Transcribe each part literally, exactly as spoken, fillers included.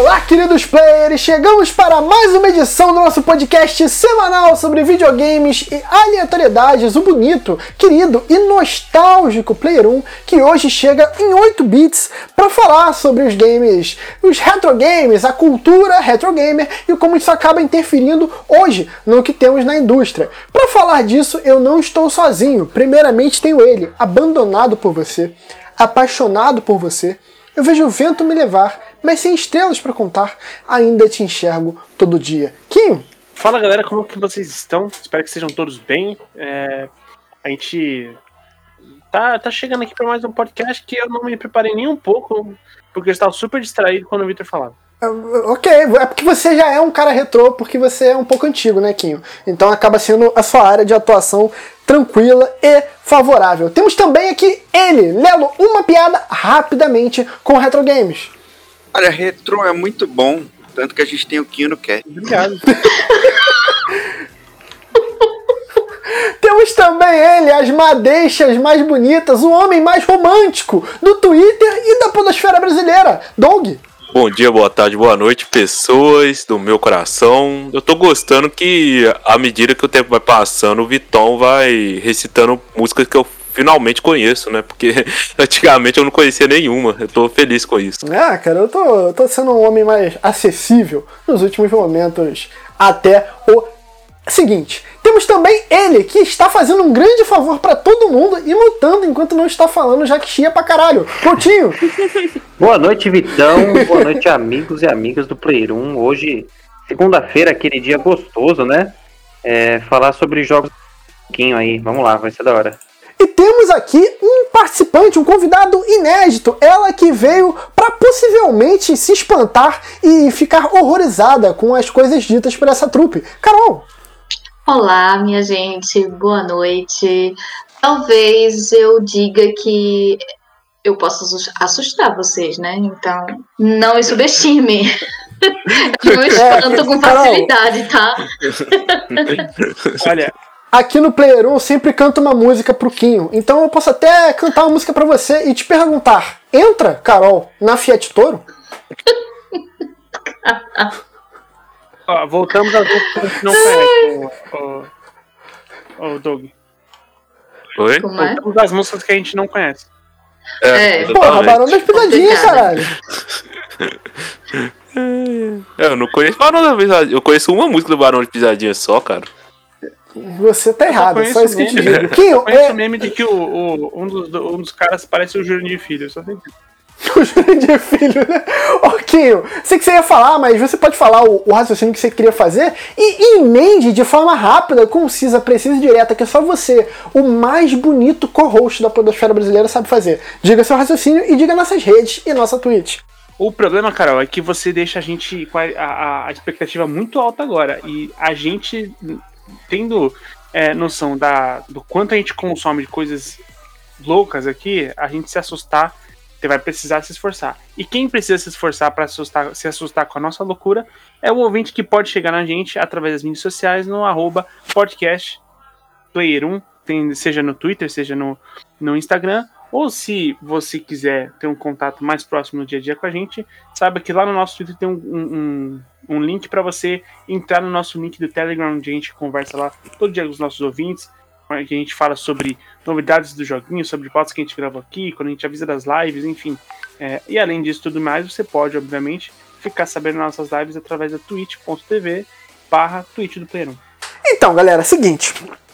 Olá, queridos players! Chegamos para mais uma edição do nosso podcast semanal sobre videogames e aleatoriedades, o bonito, querido e nostálgico Player um, que hoje chega em oito bits para falar sobre os games, os retro games, a cultura retro gamer e como isso acaba interferindo hoje no que temos na indústria. Para falar disso, eu não estou sozinho. Primeiramente tenho ele, abandonado por você, apaixonado por você. Eu vejo o vento me levar, mas sem estrelas pra contar, ainda te enxergo todo dia. Kim! Fala galera, como que vocês estão? Espero que estejam todos bem. É, a gente tá, tá chegando aqui para mais um podcast que eu não me preparei nem um pouco, porque eu estava super distraído quando o Victor falava. Ok, é porque você já é um cara retrô, porque você é um pouco antigo, né, Kim? Então acaba sendo a sua área de atuação tranquila e favorável. Temos também aqui ele, Lelo, uma piada rapidamente com retro games. Olha, retro é muito bom, tanto que a gente tem o Kim no cast. Obrigado. Temos também ele, as madeixas mais bonitas, o homem mais romântico do Twitter e da podosfera brasileira, Doug. Bom dia, boa tarde, boa noite, pessoas do meu coração. Eu tô gostando que, à medida que o tempo vai passando, o Vitão vai recitando músicas que eu finalmente conheço, né? Porque antigamente eu não conhecia nenhuma. Eu tô feliz com isso. Ah, cara, eu tô, eu tô sendo um homem mais acessível nos últimos momentos até o seguinte. Temos também ele, que está fazendo um grande favor pra todo mundo e lutando enquanto não está falando, já que chia pra caralho. Coutinho! Boa noite, Vitão. Boa noite, amigos e amigas do Player um. Hoje, segunda-feira, aquele dia gostoso, né? É, falar sobre jogos um pouquinho aí. Vamos lá, vai ser da hora. E temos aqui um participante, um convidado inédito. Ela que veio para possivelmente se espantar e ficar horrorizada com as coisas ditas por essa trupe. Carol! Olá, minha gente, boa noite. Talvez eu diga que eu posso assustar vocês, né? Então, não me subestime. Eu me espanto é, com facilidade, tá? Olha, aqui no Player um eu sempre canto uma música pro Quinho. Então eu posso até cantar uma música pra você e te perguntar: entra, Carol, na Fiat Toro? Ó, voltamos às músicas que a gente não conhece, o, o, o Doug. Oi? Como é? Voltamos às músicas que a gente não conhece. É. Porra, Barão das Pisadinhas, caralho. É, eu não conheço Barão das Pisadinhas. Eu conheço uma música do Barão de Pisadinha só, cara. Você tá errado, é só isso que eu te digo. Quinho, eu conheço é... o meme de que o, o, um, dos, um dos caras parece o Jurandir Filho, só sei. O Jurandir Filho, né? Ok, sei que você ia falar, mas você pode falar o, o raciocínio que você queria fazer e emende de forma rápida, concisa, precisa e direta, que só você, o mais bonito co-host da podosfera brasileira, sabe fazer. Diga seu raciocínio e diga nossas redes e nossa Twitch. O problema, Carol, é que você deixa a gente com a, a, a expectativa muito alta agora. E a gente, tendo é, noção da, do quanto a gente consome de coisas loucas aqui, a gente se assustar, você vai precisar se esforçar. E quem precisa se esforçar para assustar, se assustar com a nossa loucura é o ouvinte que pode chegar na gente através das mídias sociais no arroba podcast player um, tem, seja no Twitter, seja no, no Instagram, ou se você quiser ter um contato mais próximo no dia a dia com a gente, saiba que lá no nosso Twitter tem um, um, um link para você entrar no nosso link do Telegram, onde a gente conversa lá todo dia com os nossos ouvintes, que a gente fala sobre novidades do joguinho, sobre pautas que a gente gravou aqui, quando a gente avisa das lives, enfim. É, e além disso tudo mais, você pode, obviamente, ficar sabendo das nossas lives através da twitch.tv barra Twitch do Player um. Então, galera, seguinte.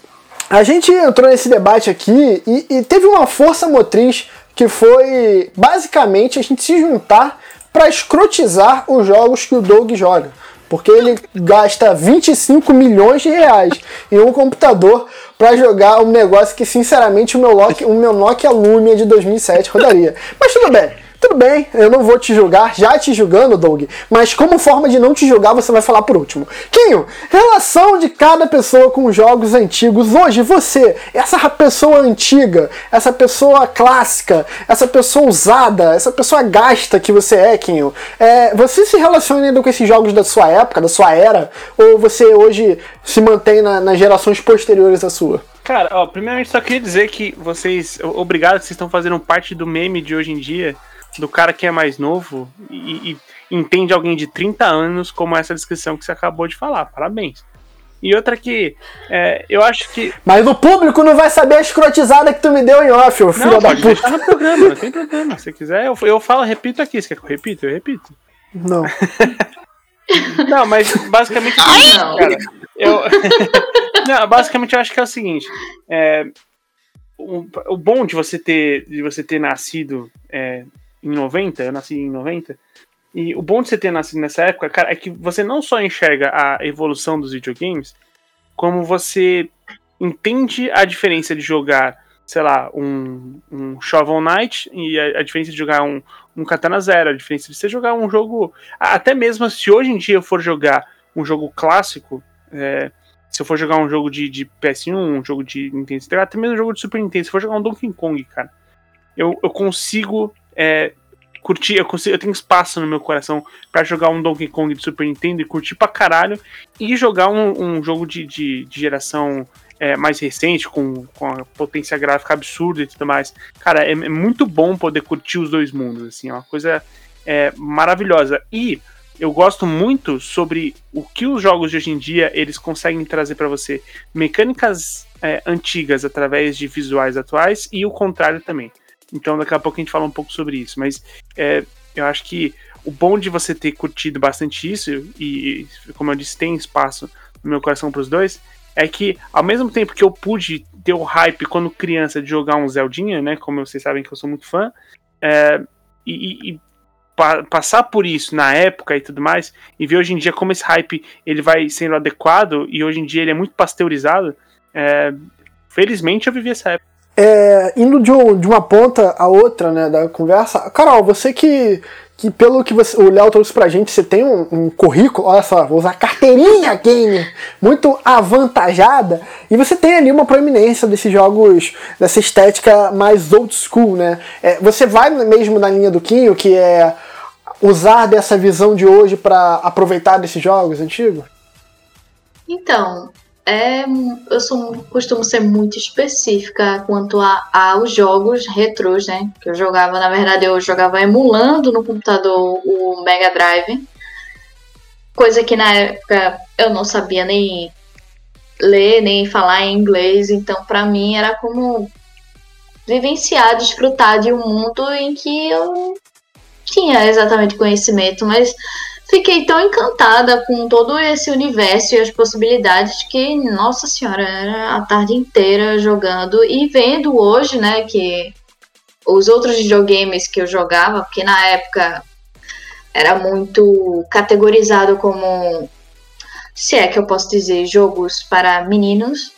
A gente entrou nesse debate aqui e, e teve uma força motriz que foi, basicamente, a gente se juntar para escrotizar os jogos que o Doug joga. Porque ele gasta vinte e cinco milhões de reais em um computador para jogar um negócio que, sinceramente, o meu, Nokia, o meu Nokia Lumia de dois mil e sete rodaria. Mas tudo bem. Tudo bem, eu não vou te julgar, já te julgando, Doug, mas como forma de não te julgar, você vai falar por último. Quinho, relação de cada pessoa com jogos antigos. Hoje, você, essa pessoa antiga, essa pessoa clássica, essa pessoa usada, essa pessoa gasta que você é, Quinho, é, você se relaciona ainda com esses jogos da sua época, da sua era, ou você hoje se mantém na, nas gerações posteriores à sua? Cara, ó, primeiramente só queria dizer que vocês, obrigado que vocês estão fazendo parte do meme de hoje em dia, do cara que é mais novo, e, e, entende alguém de trinta anos como essa descrição que você acabou de falar. Parabéns. E outra que, é, eu acho que... Mas o público não vai saber a escrotizada que tu me deu em off, ô filho não, da pode puta. deixar no programa, não tem problema. Se quiser, eu, eu falo, repito aqui. Você quer que eu repita? Eu repito. Não. Não, mas basicamente... Ai, não. Cara, eu... não, basicamente eu acho que é o seguinte. É, o, o bom de você ter, de você ter nascido é, em noventa, eu nasci em noventa, e o bom de você ter nascido nessa época, cara, é que você não só enxerga a evolução dos videogames, como você entende a diferença de jogar, sei lá, um, um Shovel Knight e a, a diferença de jogar um, um Katana Zero, a diferença de você jogar um jogo... Até mesmo se hoje em dia eu for jogar um jogo clássico, é, se eu for jogar um jogo de, de P S um, um jogo de Nintendo sessenta e quatro, até mesmo um jogo de Super Nintendo, se eu for jogar um Donkey Kong, cara, eu, eu consigo... É, curtir, eu, consigo, eu tenho espaço no meu coração pra jogar um Donkey Kong de Super Nintendo e curtir pra caralho, e jogar um, um jogo de, de, de geração é, mais recente, com, com a potência gráfica absurda e tudo mais. Cara, é, é muito bom poder curtir os dois mundos, assim, é uma coisa é, maravilhosa. E eu gosto muito sobre o que os jogos de hoje em dia eles conseguem trazer pra você mecânicas é, antigas através de visuais atuais, e o contrário também. Então daqui a pouco a gente fala um pouco sobre isso, mas é, eu acho que o bom de você ter curtido bastante isso, e como eu disse, tem espaço no meu coração para os dois, é que ao mesmo tempo que eu pude ter o hype quando criança de jogar um Zeldinha, né, como vocês sabem que eu sou muito fã, é, e, e pa- passar por isso na época e tudo mais, e ver hoje em dia como esse hype ele vai sendo adequado, e hoje em dia ele é muito pasteurizado, é, felizmente eu vivi essa época. É, indo de, um, de uma ponta a outra, né, da conversa, Carol, você que, que pelo que você, o Léo trouxe pra gente, você tem um, um currículo, olha só, vou usar carteirinha gamer, muito avantajada, e você tem ali uma proeminência desses jogos, dessa estética mais old school, né? É, você vai mesmo na linha do Quinho, que é usar dessa visão de hoje pra aproveitar desses jogos antigos? Então, é, eu sou, costumo ser muito específica quanto a, aos jogos retrôs, né? Que eu jogava, na verdade, eu jogava emulando no computador o Mega Drive. Coisa que na época eu não sabia nem ler, nem falar em inglês. Então, pra mim, era como vivenciar, desfrutar de um mundo em que eu não tinha exatamente conhecimento, mas fiquei tão encantada com todo esse universo e as possibilidades que, nossa senhora, era a tarde inteira jogando e vendo hoje, né, que os outros videogames que eu jogava, porque na época era muito categorizado como, se é que eu posso dizer, jogos para meninos.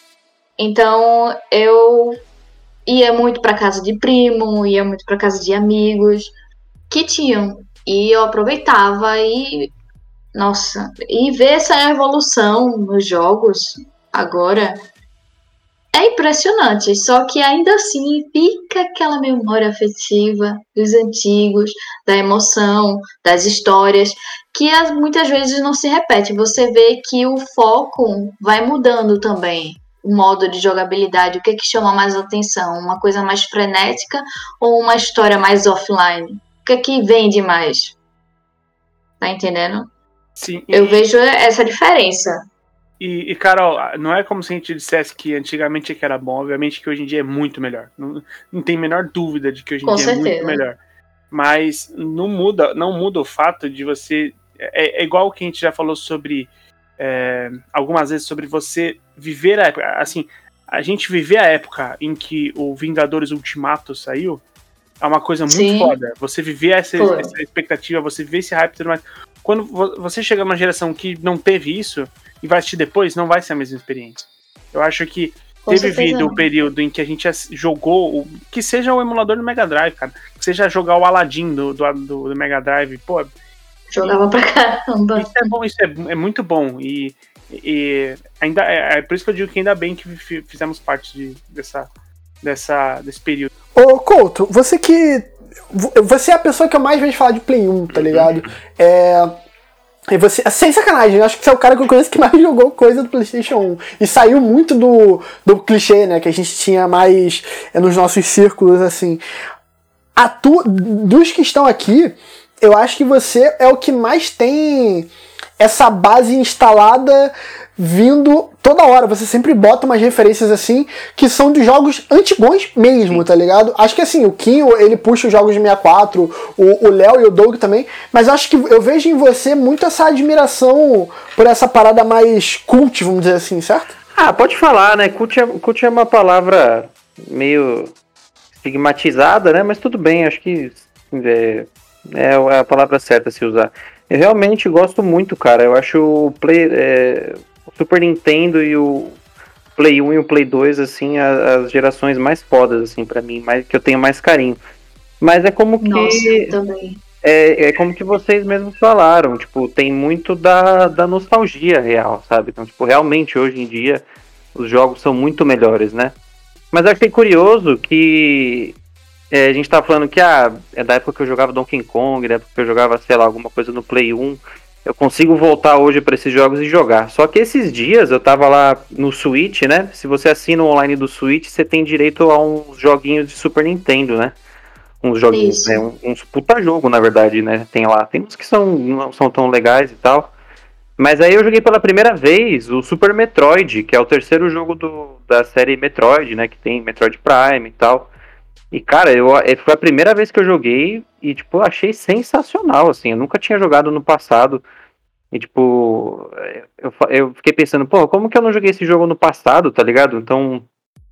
Então eu ia muito para casa de primo, ia muito para casa de amigos que tinham. E eu aproveitava e, nossa, e ver essa evolução nos jogos agora é impressionante. Só que ainda assim fica aquela memória afetiva dos antigos, da emoção, das histórias, que as, muitas vezes não se repete. Você vê que o foco vai mudando também. O modo de jogabilidade, o que, é que chama mais atenção? Uma coisa mais frenética ou uma história mais offline? O que é que vende mais? Tá entendendo? Sim. Eu vejo essa diferença. E, e, Carol, não é como se a gente dissesse que antigamente é que era bom, obviamente que hoje em dia é muito melhor. Não, não tem a menor dúvida de que hoje em Com dia certeza. é muito melhor. Mas não muda, não muda o fato de você... É, é igual o que a gente já falou sobre... É, algumas vezes sobre você viver a época... Assim, a gente viver a época em que o Vingadores Ultimato saiu é uma coisa muito Sim. foda. Você viver essa, Foi. essa expectativa, você viver esse hype e tudo mais. Quando você chega numa geração que não teve isso e vai assistir depois, não vai ser a mesma experiência. Eu acho que Com teve certeza vindo não. o período em que a gente jogou, o, que seja o emulador do Mega Drive, cara. Que seja jogar o Aladdin do, do, do, do Mega Drive. Pô, Jogava pra caramba. isso é bom, isso é, é muito bom. E, e ainda é, é por isso que eu digo que ainda bem que fi- fizemos parte de, dessa, dessa, desse período. Ô, Couto, você que... Você é a pessoa que eu mais vejo falar de Play um, tá ligado? É... E você, sem sacanagem, eu acho que você é o cara que eu conheço que mais jogou coisa do PlayStation um. E saiu muito do, do clichê, né? Que a gente tinha mais é, nos nossos círculos, assim. A tu, dos que estão aqui, eu acho que você é o que mais tem essa base instalada vindo toda hora. Você sempre bota umas referências assim que são de jogos antigões mesmo, tá ligado? Acho que assim, o Kim, ele puxa os jogos de sessenta e quatro, o Léo e o Doug também, mas acho que eu vejo em você muito essa admiração por essa parada mais cult, vamos dizer assim, certo? Ah, pode falar, né? Cult é, cult é uma palavra meio estigmatizada, né? Mas tudo bem, acho que é, é a palavra certa a se usar. Eu realmente gosto muito, cara. Eu acho o Play, é, o Super Nintendo e o Play um e o Play dois, assim, as, as gerações mais fodas, assim, pra mim, mais, que eu tenho mais carinho. Mas é como que... Nossa, eu também. É, é como que vocês mesmos falaram, tipo, tem muito da, da nostalgia real, sabe? Então, tipo, realmente, hoje em dia, os jogos são muito melhores, né? Mas eu achei curioso que é, a gente tá falando que ah, é da época que eu jogava Donkey Kong, da época que eu jogava, sei lá, alguma coisa no Play um. Eu consigo voltar hoje pra esses jogos e jogar. Só que esses dias eu tava lá no Switch, né? Se você assina o online do Switch, você tem direito a uns joguinhos de Super Nintendo, né? Uns joguinhos, Isso. né? Um- Uns puta jogo, na verdade, né? Tem lá. Tem uns que são, não são tão legais e tal. Mas aí eu joguei pela primeira vez o Super Metroid, que é o terceiro jogo do, da série Metroid, né? Que tem Metroid Prime e tal. E, cara, eu, é, foi a primeira vez que eu joguei e, tipo, eu achei sensacional, assim. Eu nunca tinha jogado no passado. E, tipo, eu, fa- eu fiquei pensando, pô, como que eu não joguei esse jogo no passado, tá ligado? Então,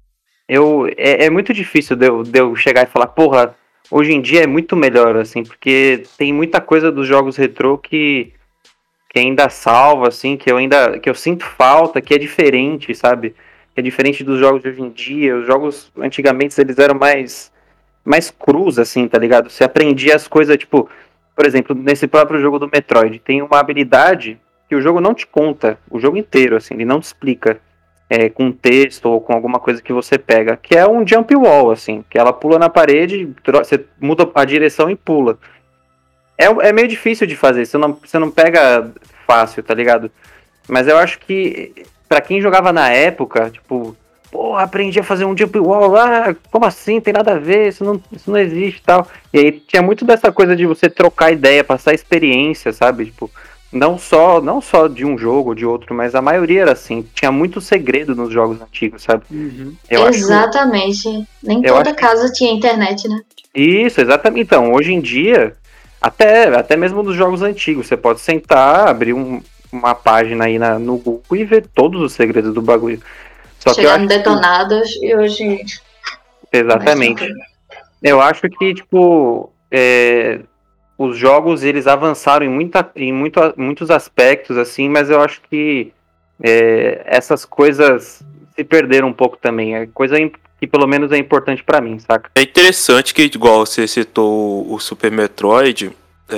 eu, é, é muito difícil de eu, de eu chegar e falar, porra, hoje em dia é muito melhor, assim, porque tem muita coisa dos jogos retrô que, que ainda salva, assim, que eu ainda que eu sinto falta, que é diferente, sabe? Que é diferente dos jogos de hoje em dia. Os jogos antigamente eles eram mais mais crus, assim, tá ligado? Você aprendia as coisas, tipo, por exemplo, nesse próprio jogo do Metroid, tem uma habilidade que o jogo não te conta, o jogo inteiro, assim, ele não te explica é, com texto ou com alguma coisa que você pega, que é um jump wall, assim, que ela pula na parede, tro- você muda a direção e pula. É, é meio difícil de fazer, você não, você não pega fácil, tá ligado? Mas eu acho que pra quem jogava na época, tipo, pô, aprendi a fazer um jump wall, ah, como assim? Tem nada a ver, isso não, isso não existe e tal. E aí tinha muito dessa coisa de você trocar ideia, passar experiência, sabe? Tipo, não só, não só de um jogo ou de outro, mas a maioria era assim. Tinha muito segredo nos jogos antigos, sabe? Eu acho, Exatamente. Nem eu toda acho- casa tinha internet, né? isso, exatamente. Então, hoje em dia, até, até mesmo nos jogos antigos, você pode sentar, abrir um- uma página aí na- no Google e ver todos os segredos do bagulho. Só que eu Chegando acho que, detonados e hoje mais exatamente. tranquilo. Eu acho que, tipo, é, os jogos, eles avançaram em, muita, em muito, muitos aspectos, assim, mas eu acho que é, essas coisas se perderam um pouco também. É coisa im- que pelo menos é importante pra mim, saca? É interessante que, igual você citou o Super Metroid,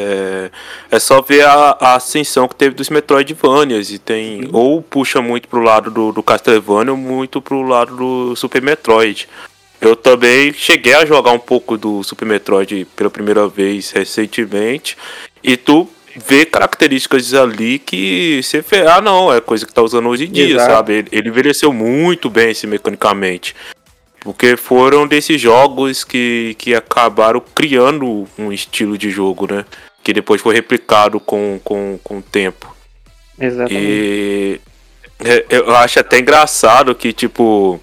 é, é só ver a, a ascensão que teve dos Metroidvanias. E tem. Sim. Ou puxa muito pro lado do, do Castlevania ou muito pro lado do Super Metroid. Eu também cheguei a jogar um pouco do Super Metroid pela primeira vez recentemente. E tu vê características ali que você vê, ah não, é coisa que tá usando hoje em dia, Exato. sabe? Ele, ele envelheceu muito bem assim, mecanicamente. Porque foram desses jogos que, que acabaram criando um estilo de jogo, né? Que depois foi replicado com, com, com o tempo. Exatamente. E é, eu acho até engraçado que, tipo,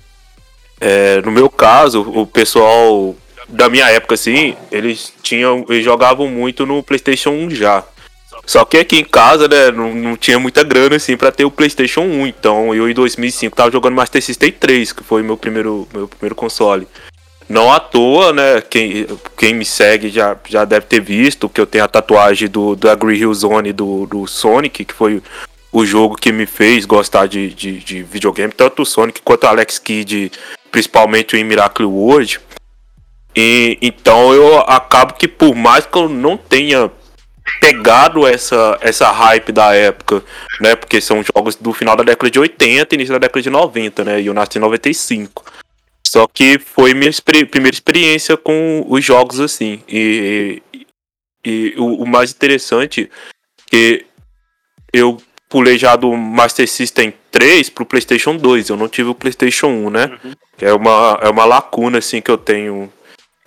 é, no meu caso, o pessoal da minha época, assim, eles tinham, eles jogavam muito no PlayStation um já. Só que aqui em casa, né, não, não tinha muita grana, assim, pra ter o PlayStation um. Então, eu em dois mil e cinco tava jogando Master System três, que foi meu primeiro, meu primeiro console. Não à toa, né, quem, quem me segue já, já deve ter visto que eu tenho a tatuagem do, da Green Hill Zone do, do Sonic, que foi o jogo que me fez gostar de, de, de videogame, tanto o Sonic quanto o Alex Kidd, principalmente o em Miracle World. E, então eu acabo que, por mais que eu não tenha pegado essa, essa hype da época, né? Porque são jogos do final da década de oitenta e início da década de noventa, né? E eu nasci em noventa e cinco. Só que foi minha experi- primeira experiência com os jogos assim. E, e, e o, o mais interessante é que eu pulei já do Master System três pro PlayStation dois. Eu não tive o PlayStation um, né? Uhum. É uma, é uma lacuna assim que eu tenho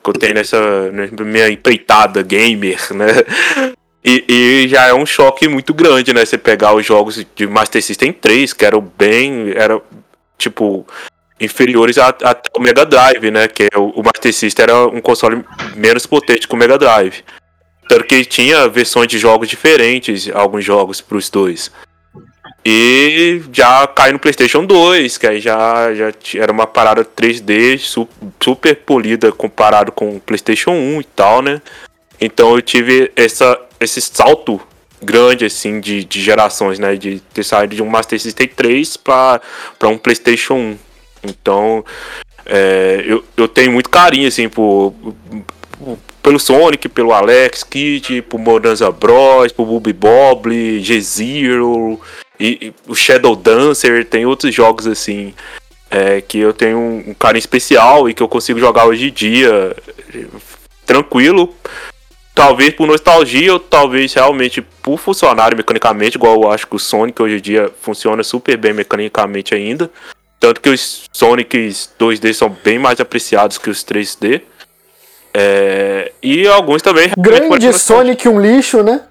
que eu tenho nessa, nessa minha empreitada gamer, né? E, e já é um choque muito grande, né? Você pegar os jogos de Master System três, que eram bem, eram, tipo, inferiores até o Mega Drive, né? Que é o, o Master System era um console menos potente que o Mega Drive. Tanto que tinha versões de jogos diferentes, alguns jogos pros dois. E já cai no PlayStation dois, que aí já, já era uma parada três D super polida comparado com o PlayStation um e tal, né? Então eu tive essa, esse salto grande, assim, de, de gerações, né? De ter saído de um Master System três para um PlayStation um. Então, é, eu, eu tenho muito carinho, assim, por... por pelo Sonic, pelo Alex Kidd, por Bonanza Bros, por Bubble Bobble, G-Zero e, e o Shadow Dancer, tem outros jogos assim é, que eu tenho um, um carinho especial e que eu consigo jogar hoje em dia tranquilo, talvez por nostalgia ou talvez realmente por funcionar mecanicamente, igual eu acho que o Sonic hoje em dia funciona super bem mecanicamente ainda, tanto que os Sonics dois D são bem mais apreciados que os três D. É, e alguns também. Grande Sonic, um lixo, né?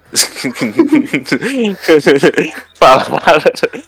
Fala, fala.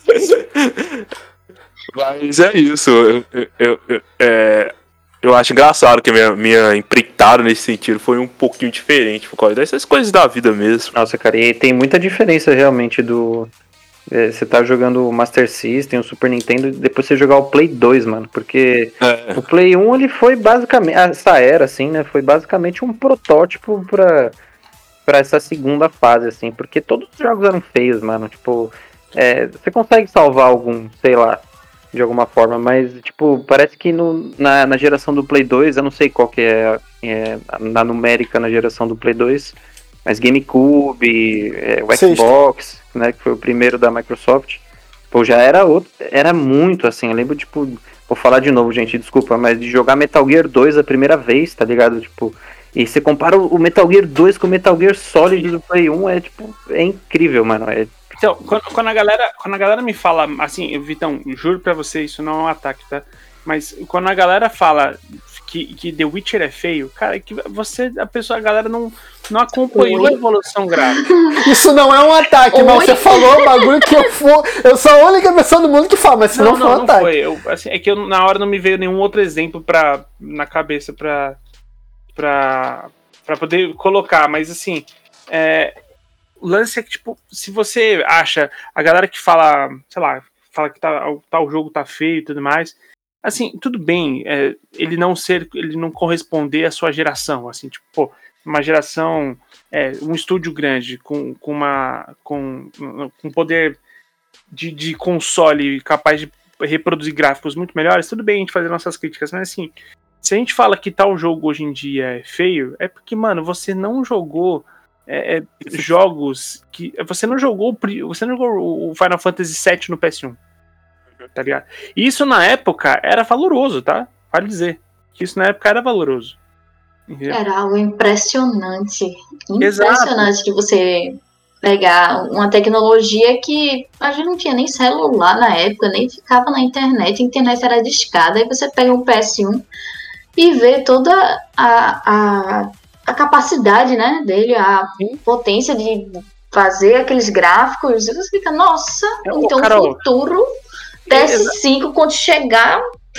Mas é isso. Eu, eu, eu, é, eu acho engraçado que a minha, minha empreitada nesse sentido foi um pouquinho diferente por causa dessas coisas da vida mesmo. Nossa, cara, e tem muita diferença realmente do. É, você tá jogando o Master System, o Super Nintendo, e depois você jogar o Play dois, mano, porque é. o Play um, ele foi basicamente, essa era, assim, né, foi basicamente um protótipo pra, pra essa segunda fase, assim, porque todos os jogos eram feios, mano, tipo, é, você consegue salvar algum, sei lá, de alguma forma, mas, tipo, parece que no, na, na geração do Play dois, eu não sei qual que é, é na numérica na geração do Play dois, mas GameCube, é, o Xbox, né, que foi o primeiro da Microsoft, pô, já era outro, era muito assim, eu lembro, tipo, vou falar de novo, gente, desculpa, mas de jogar Metal Gear dois a primeira vez, tá ligado, tipo, e você compara o Metal Gear dois com o Metal Gear Solid do Play um, é, tipo, é incrível, mano, é... Então, quando, quando, a galera, quando a galera me fala, assim, Vitão, juro pra você, isso não é um ataque, tá, mas quando a galera fala que, que The Witcher é feio, cara, que você, a pessoa, a galera não, não acompanhou Oi. a evolução gráfica. Isso não é um ataque, Oi. mas você falou um bagulho que eu for, eu sou a única pessoa do mundo que fala, mas isso não, não foi um não ataque. Foi. Eu, assim, é que eu, na hora não me veio nenhum outro exemplo pra, na cabeça pra, pra, pra poder colocar, mas assim, é, o lance é que, tipo, se você acha, a galera que fala, sei lá, fala que tá, tal jogo tá feio e tudo mais, assim, tudo bem, é, ele não ser, ele não corresponder à sua geração, assim, tipo, pô, uma geração, é, um estúdio grande, com, com uma, com, com poder de, de console capaz de reproduzir gráficos muito melhores, tudo bem a gente fazer nossas críticas, mas assim, se a gente fala que tal jogo hoje em dia é feio, é porque, mano, você não jogou é, é, jogos que, você não jogou, você não jogou o Final Fantasy sete no P S um. Tá ligado? E isso na época era valoroso, tá? Vale dizer que isso na época era valoroso. Entendeu? Era algo impressionante. Impressionante Exato. De você pegar uma tecnologia que a gente não tinha nem celular na época, nem ficava na internet, a internet era discada, aí você pega um P S um e vê toda a, a, a capacidade, né, dele, a Sim. potência de fazer aqueles gráficos, e você fica, nossa, é, então o futuro... P S cinco, quando chegar,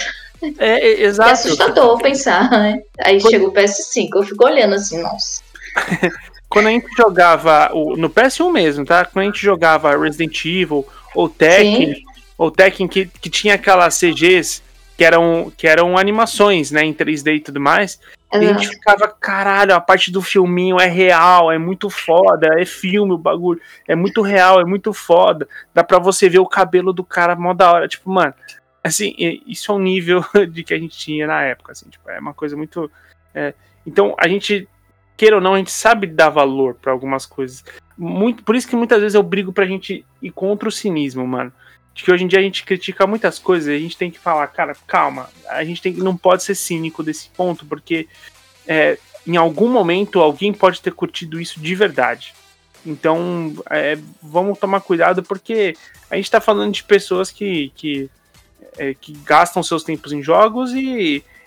é, é, exato. é assustador pensar, né? Aí quando... chega o P S cinco, eu fico olhando assim, nossa. Quando a gente jogava, o, no P S um mesmo, tá? Quando a gente jogava Resident Evil, ou Tekken, Sim. ou Tekken que, que tinha aquelas C Gs que eram, que eram animações, né, em três D e tudo mais, Exato. E a gente ficava, caralho, a parte do filminho é real, é muito foda, é filme o bagulho, é muito real, é muito foda, dá pra você ver o cabelo do cara mó da hora, tipo, mano, assim, isso é um nível de que a gente tinha na época, assim, tipo, é uma coisa muito... É, então, a gente, queira ou não, a gente sabe dar valor pra algumas coisas, muito, por isso que muitas vezes eu brigo pra gente ir contra o cinismo, mano, de que hoje em dia a gente critica muitas coisas e a gente tem que falar, cara, calma, a gente tem, não pode ser cínico desse ponto, porque é, em algum momento alguém pode ter curtido isso de verdade. Então, é, vamos tomar cuidado, porque a gente tá falando de pessoas que, que, é, que gastam seus tempos em jogos e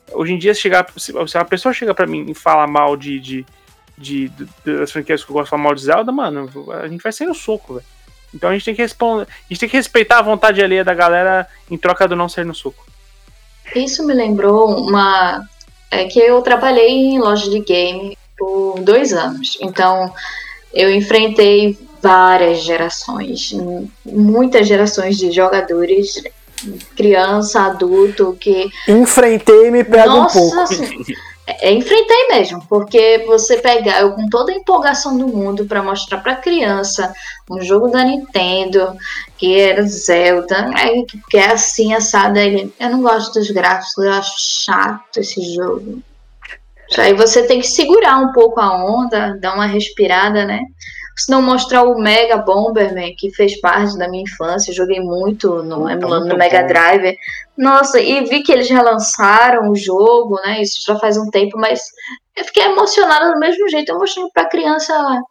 hoje em dia, se, chegar, se uma pessoa chega pra mim e fala mal de, de, de, de, das franquias que eu gosto de falar mal de Zelda, mano, a gente vai sair no soco, velho. Então a gente tem que responder, a gente tem que respeitar a vontade alheia da galera em troca do não sair no soco. Isso me lembrou uma... É que eu trabalhei em loja de game por dois anos. Então, eu enfrentei várias gerações, muitas gerações de jogadores, criança, adulto, que... Enfrentei e me pega Nossa, um pouco. Assim, é, enfrentei mesmo, porque você pegar, eu com toda a empolgação do mundo para mostrar para criança um jogo da Nintendo, que era Zelda, aí, que é assim, assado, aí, eu não gosto dos gráficos, eu acho chato esse jogo. Aí você tem que segurar um pouco a onda, dar uma respirada, né? Se não mostrar o Mega Bomberman, que fez parte da minha infância, eu joguei muito no, Puta, no, muito no Mega bom. Drive. Nossa, e vi que eles relançaram o jogo, né? Isso já faz um tempo, mas eu fiquei emocionada do mesmo jeito, eu mostrando pra criança lá.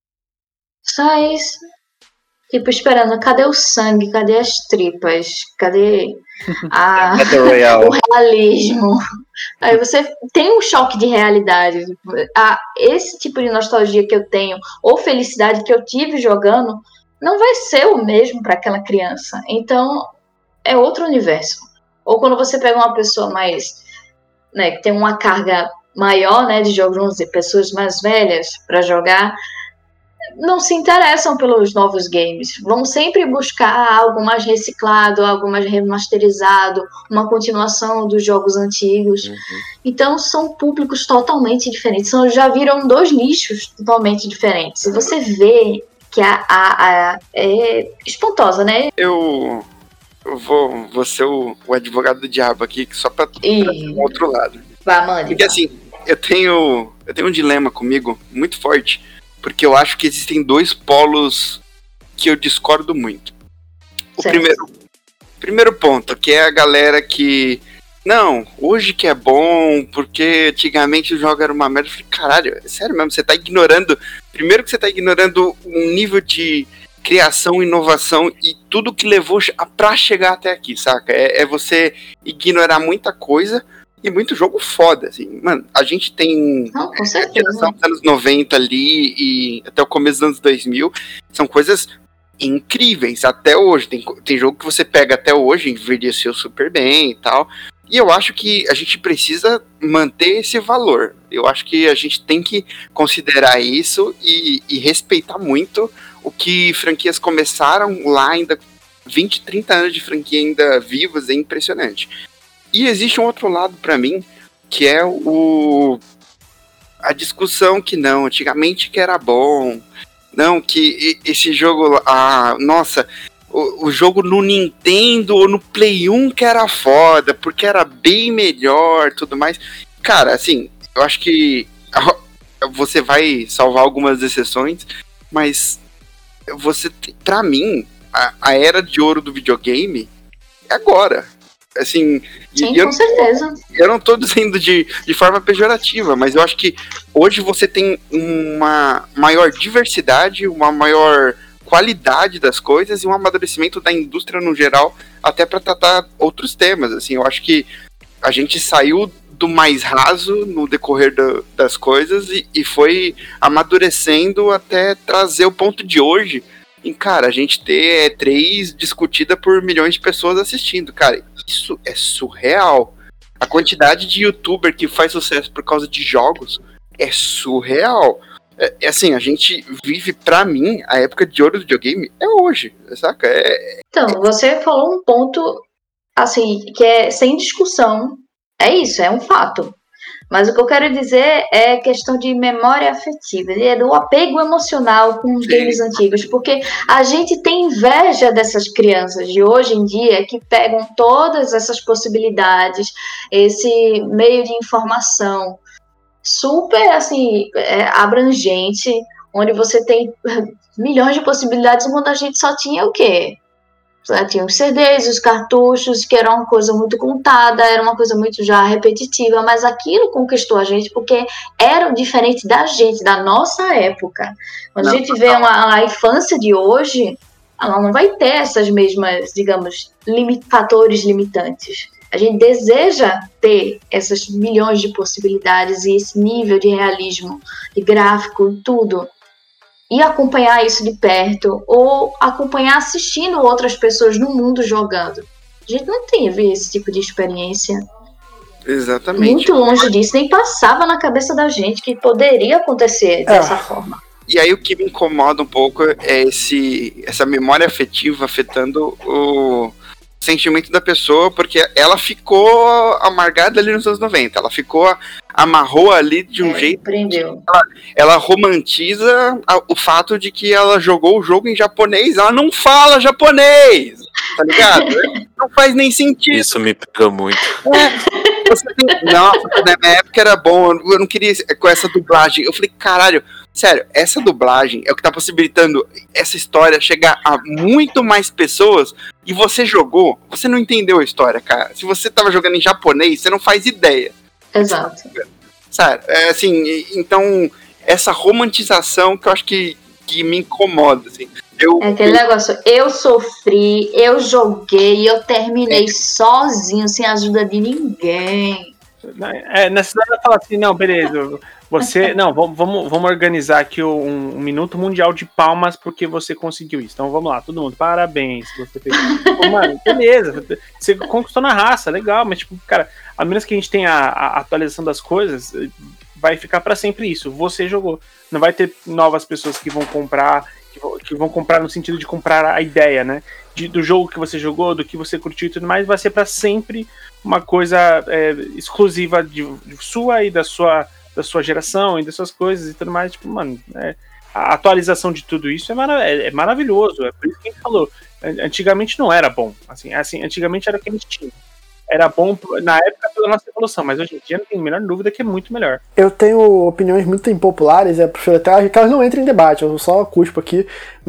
Só isso. Tipo, esperando, cadê o sangue? Cadê as tripas? Cadê a, Battle Royale. o realismo? Aí você tem um choque de realidade. Ah, esse tipo de nostalgia que eu tenho, ou felicidade que eu tive jogando, não vai ser o mesmo para aquela criança. Então, é outro universo. Ou quando você pega uma pessoa mais, né, que tem uma carga maior, né, de jogos, vamos dizer, pessoas mais velhas para jogar, não se interessam pelos novos games. Vão sempre buscar algo mais reciclado, algo mais remasterizado, uma continuação dos jogos antigos. Uhum. Então, são públicos totalmente diferentes. São, já viram dois nichos totalmente diferentes. E você vê que a, a, a é espantosa, né? Eu, eu vou, vou ser o, o advogado do diabo aqui, só pra e... trazer um outro lado. Vai, mande. Porque assim, eu tenho, eu tenho um dilema comigo muito forte, porque eu acho que existem dois polos que eu discordo muito. O primeiro, primeiro ponto, que é a galera que... Não, hoje que é bom, porque antigamente o jogo era uma merda. Eu falei, caralho, é sério mesmo, você tá ignorando... Primeiro que você tá ignorando um nível de criação, inovação e tudo que levou pra chegar até aqui, saca? É, é você ignorar muita coisa... E muito jogo foda, assim. Mano, a gente tem Não, com a geração dos anos noventa ali e até o começo dos anos dois mil. São coisas incríveis até hoje. Tem, tem jogo que você pega até hoje, envelheceu super bem e tal. E eu acho que a gente precisa manter esse valor. Eu acho que a gente tem que considerar isso e, e respeitar muito o que franquias começaram lá ainda. vinte, trinta anos de franquia ainda vivas, é impressionante. E existe um outro lado pra mim, que é o a discussão que não, antigamente que era bom, não, que esse jogo, ah, nossa, o, o jogo no Nintendo ou no Play um que era foda, porque era bem melhor, tudo mais. Cara, assim, eu acho que você vai salvar algumas exceções, mas você, pra mim, a, a era de ouro do videogame é agora. Assim, Sim, eu, com certeza. Eu não tô dizendo de, de forma pejorativa, mas eu acho que hoje você tem uma maior diversidade, uma maior qualidade das coisas e um amadurecimento da indústria no geral, até para tratar outros temas. Assim, eu acho que a gente saiu do mais raso no decorrer do, das coisas e, e foi amadurecendo até trazer o ponto de hoje. E, cara, a gente ter E três discutida por milhões de pessoas assistindo, cara, isso é surreal. A quantidade de youtuber que faz sucesso por causa de jogos é surreal. É, é assim, a gente vive, pra mim, a época de ouro do videogame é hoje, saca? É... Então, você falou um ponto, assim, que é sem discussão. É isso, é um fato. Mas o que eu quero dizer é questão de memória afetiva, é do apego emocional com os games antigos, porque a gente tem inveja dessas crianças de hoje em dia que pegam todas essas possibilidades, esse meio de informação super assim, é, abrangente, onde você tem milhões de possibilidades, enquanto a gente só tinha o quê? Tinha os C Ds, os cartuchos, que era uma coisa muito contada, era uma coisa muito já repetitiva, mas aquilo conquistou a gente porque era diferente da gente, da nossa época. Quando não, a gente vê uma, a infância de hoje, ela não vai ter essas mesmas, digamos, limit, fatores limitantes. A gente deseja ter essas milhões de possibilidades e esse nível de realismo, de gráfico, tudo. E acompanhar isso de perto, ou acompanhar assistindo outras pessoas no mundo jogando. A gente não teve esse tipo de experiência. Exatamente. Muito longe disso, nem passava na cabeça da gente que poderia acontecer dessa é. forma. E aí o que me incomoda um pouco é esse, essa memória afetiva afetando o sentimento da pessoa, porque ela ficou amargada ali nos anos noventa, ela ficou, amarrou ali de um é, jeito prendeu. Ela, ela romantiza a, o fato de que ela jogou o jogo em japonês, ela não fala japonês, tá ligado? Não faz nem sentido. Isso me pega muito. É, você tem, não, na minha época era bom, eu não queria com essa dublagem, eu falei, caralho, sério, essa dublagem é o que tá possibilitando essa história chegar a muito mais pessoas. E você jogou, você não entendeu a história, cara. Se você tava jogando em japonês, você não faz ideia. Exato. Sabe, é, assim, então, essa romantização que eu acho que, que me incomoda, assim. Eu, é aquele eu... negócio, eu sofri, eu joguei, eu terminei é. sozinho, sem a ajuda de ninguém. É, nessa hora ela fala assim, não, beleza, você, não, vamos, vamos, vamos organizar aqui um, um minuto mundial de palmas porque você conseguiu isso. Então vamos lá, todo mundo, parabéns. Você fez. Pô, mano, beleza, você conquistou na raça, legal, mas tipo, cara, a menos que a gente tenha a, a atualização das coisas, vai ficar pra sempre isso. Você jogou. Não vai ter novas pessoas que vão comprar, que vão, que vão comprar no sentido de comprar a ideia, né? De, do jogo que você jogou, do que você curtiu e tudo mais, vai ser pra sempre uma coisa é, exclusiva de, de sua e da sua, da sua geração e das suas coisas e tudo mais. Tipo, mano, é, a atualização de tudo isso é, marav- é, é maravilhoso. É por isso que a gente falou. Antigamente não era bom. Assim, assim, antigamente era o que a gente tinha. Era bom na época pela nossa evolução, mas hoje em dia não tenho a menor dúvida que é muito melhor. Eu tenho opiniões muito impopulares, eu prefiro até que elas não entrem em debate, eu só cuspo aqui,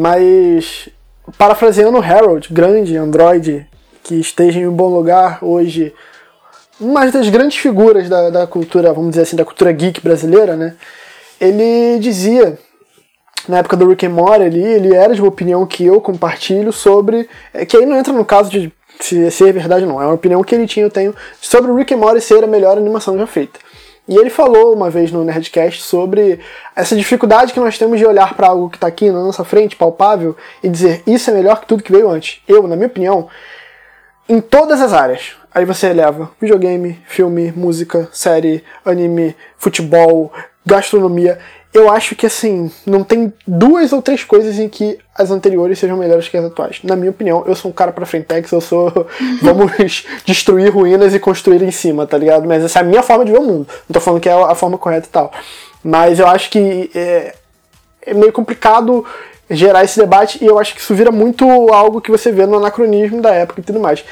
mas parafraseando o Harold, grande androide que esteja em um bom lugar hoje, uma das grandes figuras da, da cultura, vamos dizer assim, da cultura geek brasileira, né? Ele dizia, na época do Rick and Morty ali, ele era de uma opinião que eu compartilho sobre, é, que aí não entra no caso de se, se é verdade ou não, é uma opinião que ele tinha, eu tenho, sobre o Rick and Morty ser a melhor animação já feita. E ele falou uma vez no Nerdcast sobre essa dificuldade que nós temos de olhar para algo que está aqui na nossa frente, palpável, e dizer, isso é melhor que tudo que veio antes. Eu, na minha opinião, em todas as áreas. Aí você eleva videogame, filme, música, série, anime, futebol, gastronomia. Eu acho que, assim, não tem duas ou três coisas em que as anteriores sejam melhores que as atuais. Na minha opinião, eu sou um cara pra frentex, eu sou... vamos destruir ruínas e construir em cima, tá ligado? Mas essa é a minha forma de ver o mundo. Não tô falando que é a forma correta e tal. Mas eu acho que é, é meio complicado gerar esse debate e eu acho que isso vira muito algo que você vê no anacronismo da época e tudo mais.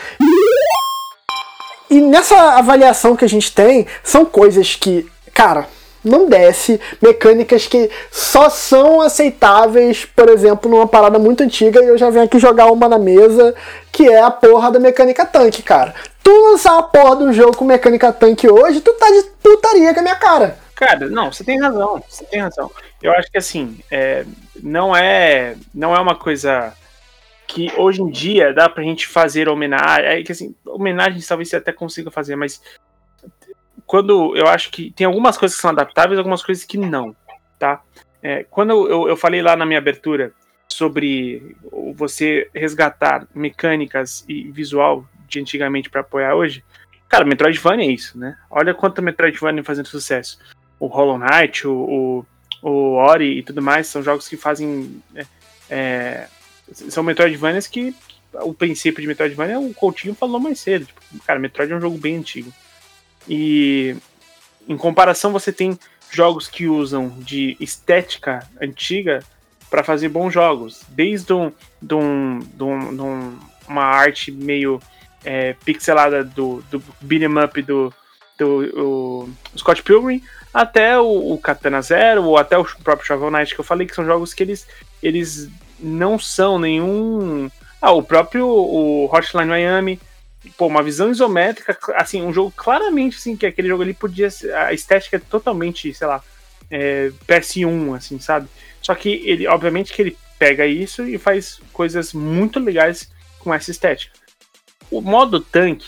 E nessa avaliação que a gente tem, são coisas que, cara, não desce, mecânicas que só são aceitáveis, por exemplo, numa parada muito antiga, e eu já venho aqui jogar uma na mesa, que é a porra da mecânica tanque, cara. Tu lançar a porra do jogo com mecânica tanque hoje, tu tá de putaria com a minha cara. Cara, não, você tem razão, você tem razão. Eu acho que assim, é, não é não é uma coisa que hoje em dia dá pra gente fazer homenagem, é que assim, homenagem talvez você até consiga fazer, mas quando eu acho que tem algumas coisas que são adaptáveis, algumas coisas que não, tá? É, quando eu, eu falei lá na minha abertura sobre você resgatar mecânicas e visual de antigamente pra apoiar hoje, cara, Metroidvania é isso, né? Olha quanto Metroidvania fazendo sucesso. O Hollow Knight, o, o, o Ori e tudo mais, são jogos que fazem... É, é, são Metroidvanias que o princípio de Metroidvania, o Coutinho falou mais cedo. Tipo, cara, Metroid é um jogo bem antigo. E em comparação você tem jogos que usam de estética antiga para fazer bons jogos. Desde um, de, um, de, um, de um, uma arte meio é, pixelada do, do beat'em up do, do o Scott Pilgrim, até o, o Katana Zero, ou até o próprio Shovel Knight, que eu falei que são jogos que eles, eles não são nenhum... Ah, o próprio o Hotline Miami, pô, uma visão isométrica, assim, um jogo claramente, assim, que aquele jogo ali podia ser, a estética é totalmente, sei lá, é, P S um, assim, sabe? Só que ele, obviamente que ele pega isso e faz coisas muito legais com essa estética. O modo tanque,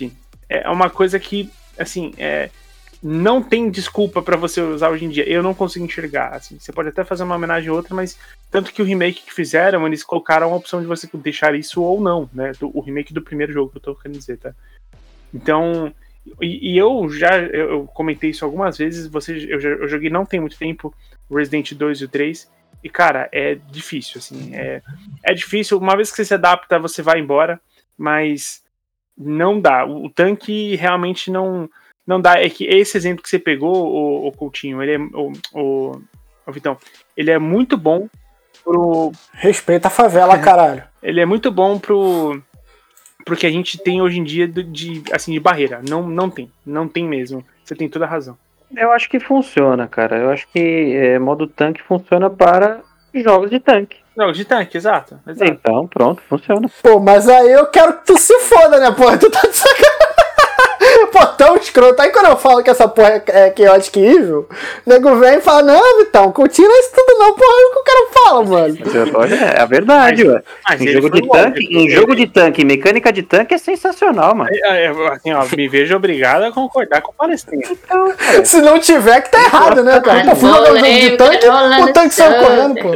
é uma coisa que, assim, é, não tem desculpa pra você usar hoje em dia. Eu não consigo enxergar, assim. Você pode até fazer uma homenagem a outra, mas tanto que o remake que fizeram, eles colocaram a opção de você deixar isso ou não, né? Do, o remake do primeiro jogo, que eu tô querendo dizer, tá? Então, e, e eu já eu, eu comentei isso algumas vezes, você, eu, já, eu joguei não tem muito tempo o Resident dois e o três, e cara, é difícil, assim, é, é difícil, uma vez que você se adapta, você vai embora, mas não dá, o, o tanque realmente não, não dá, é que esse exemplo que você pegou, o, o Coutinho, ele é, o, o, o Vitão, ele é muito bom pro... Respeita a favela, caralho. Ele é muito bom pro... porque a gente tem hoje em dia de, de, assim, de barreira. Não, não tem. Não tem mesmo. Você tem toda a razão. Eu acho que funciona, cara. Eu acho que é, modo tanque funciona para jogos de tanque. Jogos de tanque, exato, exato. Então, pronto, funciona. Pô, mas aí eu quero que tu se foda, né, porra? Tu tá de sacanagem. Pô, tão escroto. Aí quando eu falo que essa porra é chaotic evil, o nego vem e fala, não, Vitão, continua isso tudo não, porra, é o que o cara fala, mano. É a verdade, Mas- ué. Mas Em ele jogo foi de bom, tanque, ele- em jogo de tanque, mecânica de tanque é sensacional, mano. É, é, assim, ó, me vejo obrigado a concordar com o Palestrinha. Então, cara, Se não tiver, que tá errado, né, cara? Pô, fui jogar um jogo de tanque, o tanque saiu correndo, pô.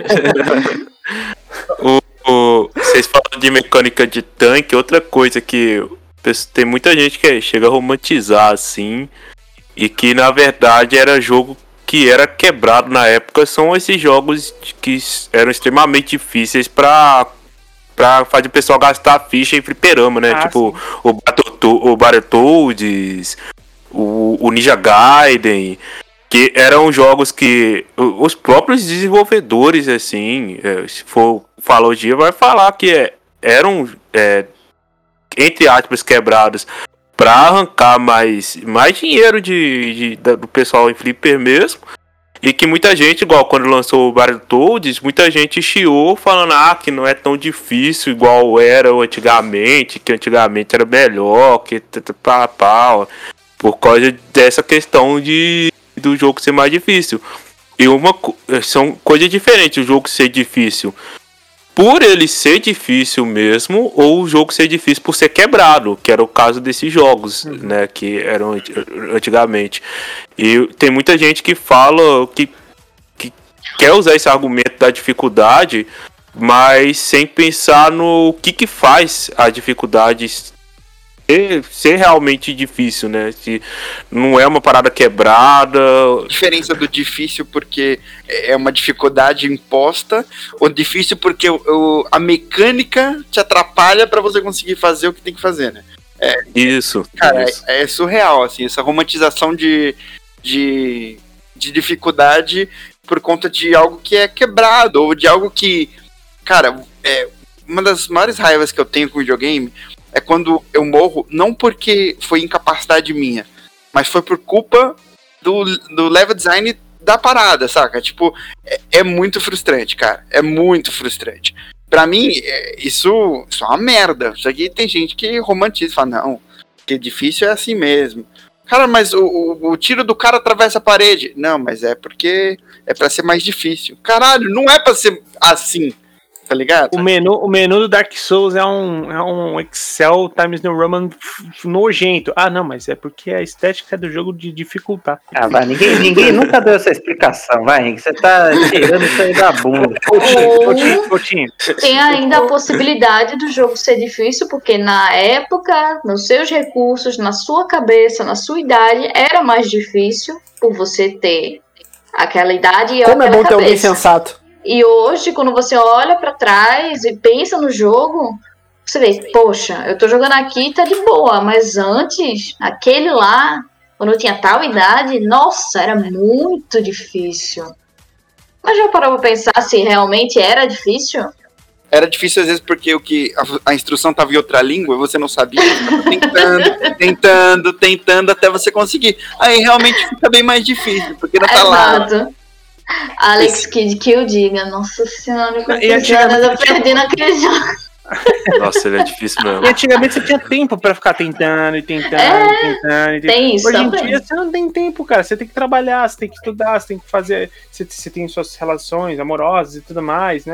O, o- vocês falam de mecânica de tanque, outra coisa que tem muita gente que chega a romantizar assim, e que na verdade era jogo que era quebrado na época, são esses jogos que eram extremamente difíceis pra, pra fazer o pessoal gastar ficha em fliperama, né? Ah, tipo o, Battletoads, o Battletoads, o, o Ninja Gaiden, que eram jogos que o- os próprios desenvolvedores, assim, é, se for falar hoje, vai falar que é, eram, é, entre aspas, quebrados para arrancar mais, mais dinheiro de, de- da- do pessoal em flipper mesmo. E que muita gente, igual quando lançou o Battletoads, muita gente chiou falando ah, que não é tão difícil igual era antigamente, que antigamente era melhor, que t- t- pá, pá, por causa dessa questão de do jogo ser mais difícil. E uma co- são coisas diferentes, o jogo ser difícil por ele ser difícil mesmo, ou o jogo ser difícil por ser quebrado, que era o caso desses jogos, uhum. né, que eram anti- antigamente. E tem muita gente que fala que, que quer usar esse argumento da dificuldade, mas sem pensar no que que faz a dificuldade ser, ser realmente difícil, né? Se não é uma parada quebrada. A diferença do difícil porque é uma dificuldade imposta, ou difícil porque o, o, a mecânica te atrapalha pra você conseguir fazer o que tem que fazer, né? É, isso. Cara, isso. É, é surreal, assim, essa romantização de, de, de dificuldade por conta de algo que é quebrado, ou de algo que, cara, é, uma das maiores raivas que eu tenho com videogame é quando eu morro, não porque foi incapacidade minha, mas foi por culpa do, do level design da parada, saca? Tipo, é, é muito frustrante, cara. É muito frustrante. Pra mim, é, isso, isso é uma merda. Isso aqui tem gente que romantiza, fala, não, que difícil é assim mesmo. Cara, mas o, o, o tiro do cara atravessa a parede. Não, mas é porque é pra ser mais difícil. Caralho, não é pra ser assim. Tá ligado? O menu, o menu do Dark Souls é um, é um Excel Times New Roman nojento. Ah, não, mas é porque a estética do jogo de dificultar. Ah, vai, ninguém, ninguém nunca deu essa explicação, vai, Henrique, você tá tirando isso aí da bunda. Coutinho, Coutinho. Tem ainda a possibilidade do jogo ser difícil, porque na época, nos seus recursos, na sua cabeça, na sua idade, era mais difícil por você ter aquela idade e Como aquela é bom ter alguém cabeça. sensato. E hoje, quando você olha pra trás e pensa no jogo, você vê, poxa, eu tô jogando aqui e tá de boa, mas antes, aquele lá, quando eu tinha tal idade, nossa, era muito difícil. Mas já parou pra pensar se realmente era difícil? Era difícil às vezes porque o que a, a instrução estava em outra língua e você não sabia, você tava tentando, tentando, tentando até você conseguir. Aí realmente fica bem mais difícil, porque não tá lá. Exato. Alex Kidd que eu diga, nossa senhora, E quantas horas eu perdi naquele jogo. Nossa, ele é difícil mesmo. E antigamente você tinha tempo pra ficar tentando e tentando É, e tentando. E tentando. Tem isso Hoje em também. dia você não tem tempo, cara. Você tem que trabalhar, você tem que estudar, você tem que fazer. Você, você tem suas relações amorosas e tudo mais, né?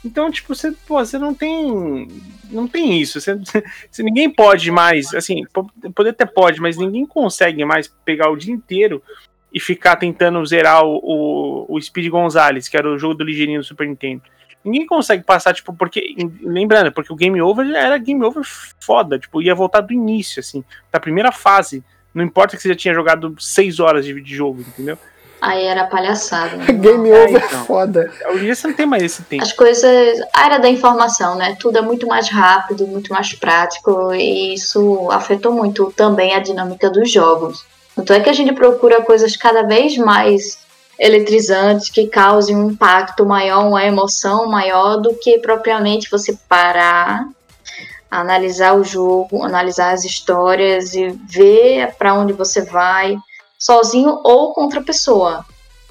Então, tipo, você, pô, você não tem. Não tem isso. Você, você, ninguém pode mais. Assim, poder até pode, mas ninguém consegue mais pegar o dia inteiro e ficar tentando zerar o, o, o Speed Gonzales, que era o jogo do ligeirinho do Super Nintendo. Ninguém consegue passar, tipo, porque. Lembrando, porque o Game Over era Game Over foda, tipo, ia voltar do início, assim, da primeira fase. Não importa que você já tinha jogado seis horas de, de jogo, entendeu? Aí era palhaçada. Né? Game É, Over então. foda. Hoje em dia você não tem mais esse tempo. As coisas. A era da informação, né? Tudo é muito mais rápido, muito mais prático, e isso afetou muito também a dinâmica dos jogos. Tanto é que a gente procura coisas cada vez mais eletrizantes, que causem um impacto maior, uma emoção maior, do que propriamente você parar, analisar o jogo, analisar as histórias e ver para onde você vai, sozinho ou com outra pessoa.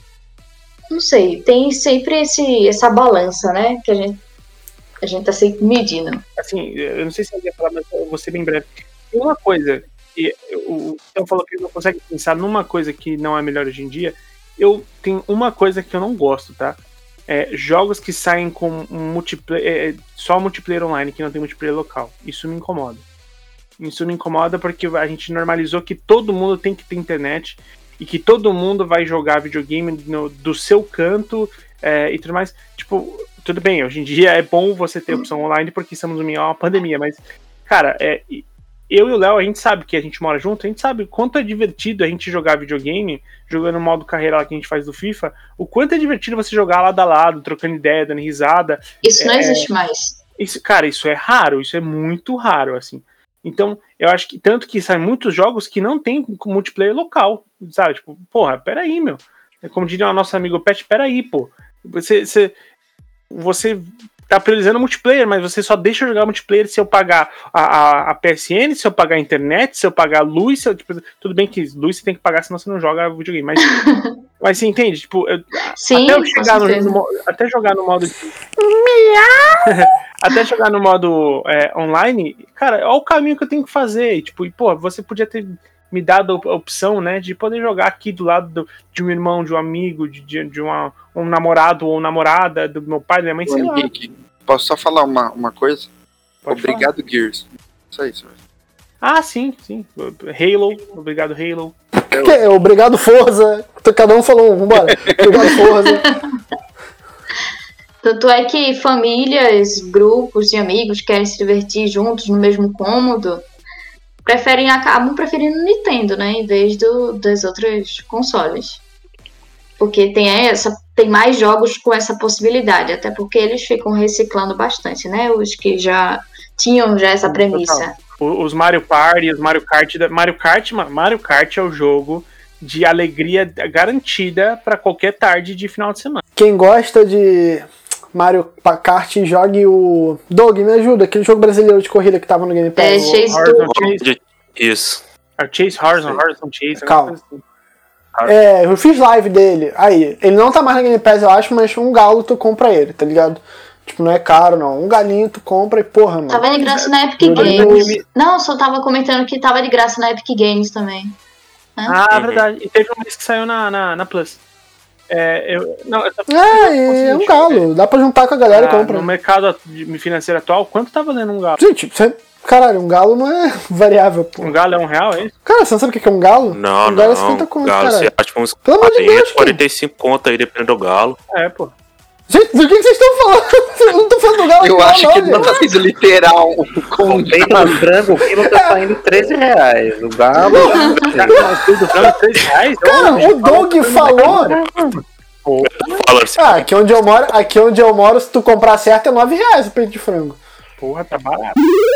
Não sei, tem sempre esse, essa balança, né, que a gente, a gente tá sempre medindo. Assim, eu não sei se eu ia falar, mas eu vou ser bem breve. Tem uma coisa, e o Então falou que ele não consegue pensar numa coisa que não é melhor hoje em dia. Eu tenho uma coisa que eu não gosto, tá? É, jogos que saem com um multiplayer, é, só multiplayer online, que não tem multiplayer local. Isso me incomoda. Isso me incomoda porque a gente normalizou que todo mundo tem que ter internet e que todo mundo vai jogar videogame no, do seu canto é, e tudo mais. Tipo, tudo bem, hoje em dia é bom você ter opção online porque estamos em meio a uma pandemia, mas, cara, é, eu e o Léo, a gente sabe que a gente mora junto, a gente sabe o quanto é divertido a gente jogar videogame, jogando o modo carreira lá que a gente faz do FIFA, o quanto é divertido você jogar lado a lado, trocando ideia, dando risada. Isso não é, existe mais. Isso, cara, isso é raro, isso é muito raro, assim. Então, eu acho que tanto que saem muitos jogos que não tem multiplayer local, sabe? Tipo, porra, peraí, meu. Como diria o nosso amigo Pet, peraí, pô. Você, você, você tá priorizando multiplayer, mas você só deixa eu jogar multiplayer se eu pagar a, a, a P S N, se eu pagar a internet, se eu pagar a luz, se eu, tipo, tudo bem que luz você tem que pagar, senão você não joga videogame, mas, mas você entende? Tipo, eu, Sim, até eu chegar no, no, até jogar no modo de... Até jogar no modo é, online, cara, olha o caminho que eu tenho que fazer. E, tipo, e, pô, você podia ter me dado a opção, né, de poder jogar aqui do lado do, de um irmão, de um amigo, de, de, de uma, um namorado ou namorada do meu pai, da minha mãe, sei lá. Henrique, posso só falar uma, uma coisa? Pode Obrigado, falar. Gears. Só isso. Ah, sim, sim. Halo, obrigado, Halo. Que, obrigado, Forza. Cada um falou um, vambora. Obrigado, Forza. Tanto é que famílias, grupos de amigos querem se divertir juntos no mesmo cômodo, preferem, acabam preferindo o Nintendo, né, em vez do, das outras consoles. Porque tem, essa, tem mais jogos com essa possibilidade, até porque eles ficam reciclando bastante, né, os que já tinham já essa premissa. Os Mario Party, os Mario Kart, Mario Kart, Mario Kart é o jogo de alegria garantida para qualquer tarde de final de semana. Quem gosta de Mario Kart, jogue o... Doug, me ajuda, aquele jogo brasileiro de corrida que tava no Game Pass. É, Chase Horizon Chase. Isso. É Chase Horizon, Horizon Chase. Calma. Assim. É, eu fiz live dele. Aí, ele não tá mais no Game Pass, eu acho, mas um galo tu compra ele, tá ligado? Tipo, não é caro, não. Um galinho tu compra e porra, mano. Tava de graça na Epic Games. Não, só tava comentando que tava de graça na Epic Games também. Né? Ah, uhum. Verdade. E teve um mês que saiu na, na, na Plus. É, eu, não, eu é, é um galo. Dá pra juntar com a galera ah, e compra. No mercado financeiro atual, quanto tá valendo um galo? Gente, você... Caralho, um galo não é variável, pô. Um galo é um real, é isso? Cara, você não sabe o que é um galo? Não, um galo não. É cinquenta conto, galo, caralho. você acha que uns Pelo amor de Deus, quarenta e cinco conto aí, dependendo do galo. É, pô. Gente, do que vocês estão falando? Eu não tô falando do galo. Eu não, acho não, que gente. não tá sendo literal. Com o peito do frango, o quilo tá saindo treze reais. O galo... do frango, treze reais? Cara, o Doug falou... Assim, ah, aqui onde eu moro, aqui onde eu moro, se tu comprar certo, é nove reais o peito de frango. Porra, tá barato.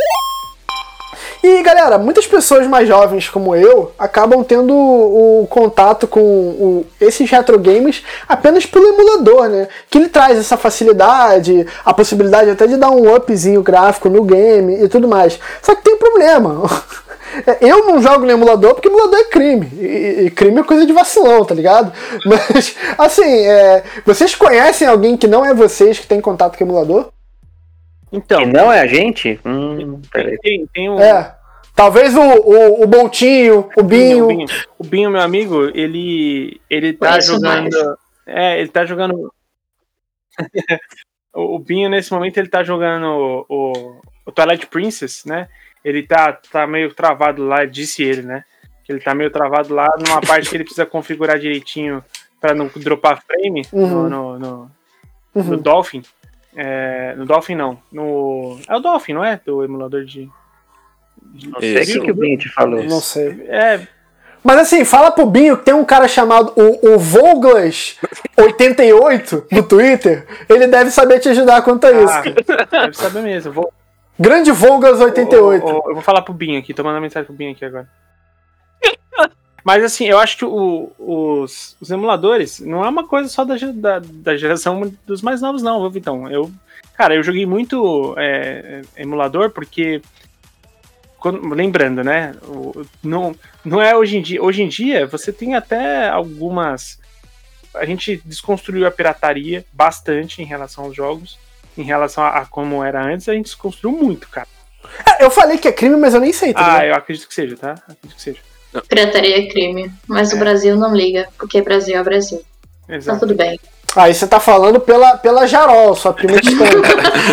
E galera, muitas pessoas mais jovens como eu acabam tendo o, o contato com o, esses retro games apenas pelo emulador, né? Que ele traz essa facilidade, a possibilidade até de dar um upzinho gráfico no game e tudo mais. Só que tem um problema. Eu não jogo no emulador porque emulador é crime. E, e crime é coisa de vacilão, tá ligado? Mas, assim, é, vocês conhecem alguém que não é vocês que tem contato com emulador? Então. E não é a gente? Hum, tem, tem, tem um... É. Talvez o, o, o Boltinho, o Binho. O Binho, o Binho, meu amigo, ele, ele tá Conheço jogando. mais. É, ele tá jogando. o, o Binho, nesse momento, ele tá jogando o, o, o Twilight Princess, né? Ele tá, tá meio travado lá, disse ele, né? Que ele tá meio travado lá numa parte que ele precisa configurar direitinho pra não dropar frame Uhum. no, no, no, Uhum. no Dolphin. É, no Dolphin não. No, é o Dolphin, não é? Do emulador de. Não sei o Isso. que, que o Binho te falou. Não sei. É, Mas assim, fala pro Binho que tem um cara chamado o, o Voglas oitenta e oito no Twitter. Ele deve saber te ajudar quanto a isso. ah, deve saber mesmo. Vou, Grande Voglas oitenta e oito. o- o- eu vou falar pro Binho aqui, tô mandando mensagem pro Binho aqui agora. Mas assim, eu acho que o- os, os emuladores não é uma coisa só da, ge- da, da geração dos mais novos, não, viu, Vitão? Eu, cara, eu joguei muito é, emulador porque. Quando- lembrando, né? o- não, não é hoje em dia. Hoje em dia, você tem até algumas. A gente desconstruiu a pirataria bastante em relação aos jogos. Em relação a, a como era antes, a gente desconstruiu muito, cara. Eu falei que é crime, mas eu nem sei, tá Ah, ligado? eu acredito que seja, tá? Acredito que seja. Pirataria é crime, mas o Brasil não liga, porque Brasil é Brasil. Tá Exato. tudo bem. Aí você tá falando pela, pela Jarol, sua prima distante.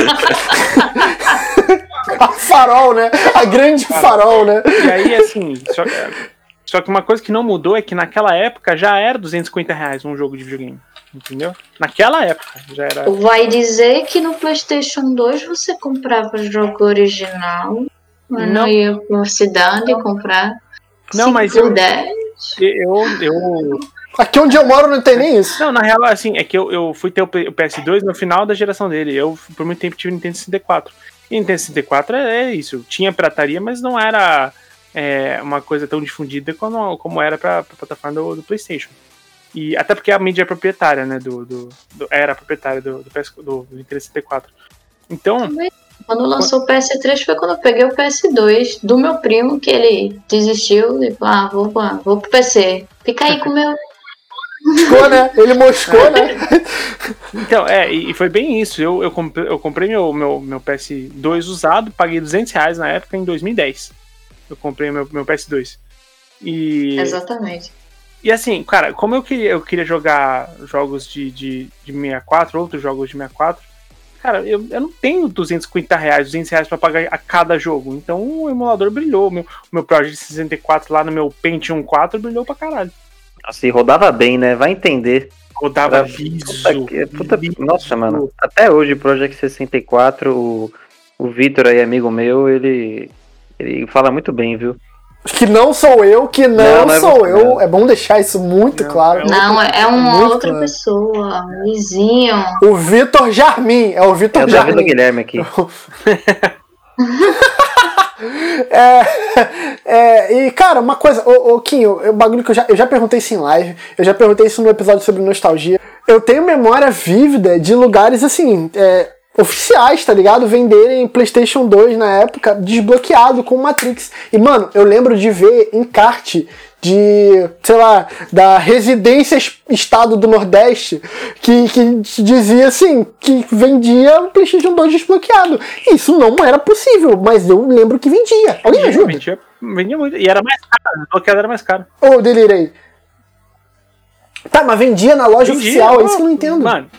A Farol, né? A grande Farol, né? E aí, assim, só, só que uma coisa que não mudou é que naquela época já era duzentos e cinquenta reais um jogo de videogame. Entendeu? Naquela época já era. Vai dizer que no PlayStation dois você comprava jogo original, mas não, Não. ia pra cidade comprar. Não, cinco mas por eu- dez. Eu, eu. Aqui onde eu moro não tem nem isso. Não, na real, assim, é que eu, eu fui ter o P- o P S dois no final da geração dele. Eu, por muito tempo, tive o Nintendo sessenta e quatro. E Nintendo sessenta e quatro é, é isso. Tinha pirataria, mas não era é, uma coisa tão difundida como, como era pra, pra plataforma do, do PlayStation. E até porque a mídia é proprietária, né? Do, do, do- era proprietária do, do, P S, do, do Nintendo sessenta e quatro. Então, Quando lançou o P S três foi quando eu peguei o P S dois do meu primo, que ele desistiu e falou, ah, vou, vou, vou pro P C. Fica aí com o meu. Moscou, né? Ele moscou, né? então, é, e e foi bem isso. Eu, eu, comprei, eu comprei meu, meu, meu P S dois usado, paguei duzentos reais na época, em dois mil e dez. Eu comprei meu, meu P S dois. E, Exatamente. e assim, cara, como eu queria, eu queria jogar jogos de, de, de sessenta e quatro, outros jogos de sessenta e quatro, cara, eu, eu não tenho duzentos e cinquenta reais, duzentos reais pra pagar a cada jogo. Então o emulador brilhou. O meu, o meu Project sessenta e quatro lá no meu Pentium quatro brilhou pra caralho. Assim, rodava bem, né? Vai entender. Rodava Era- liso. Puta que- puta- liso. nossa, mano. Até hoje, Project sessenta e quatro, o, o Vitor aí, amigo meu, ele, ele fala muito bem, viu? Que não sou eu, que não, Não, não é sou você, eu. não. É bom deixar isso muito Não, claro. é Não, é uma Muito outra claro. pessoa, um vizinho. O Vitor Jarmin. É o É Vitor o Davi do Jarmin. Guilherme aqui. É, é, e, cara, uma coisa, ô, ô Quinho, é um bagulho que eu já, eu já perguntei isso em live, eu já perguntei isso no episódio sobre nostalgia. Eu tenho memória vívida de lugares, assim, é, oficiais, tá ligado? Venderem PlayStation dois na época, desbloqueado com Matrix. E, mano, eu lembro de ver encarte de, sei lá, da Residência Estado do Nordeste, que, que dizia assim, que vendia o PlayStation dois desbloqueado. Isso não era possível, mas eu lembro que vendia. Alguém me ajuda? Vendia, vendia muito. E era mais caro. O bloqueado era mais caro. Ou eu delirei? Tá, mas vendia na loja Vendia, oficial, é isso que eu não entendo. Mano,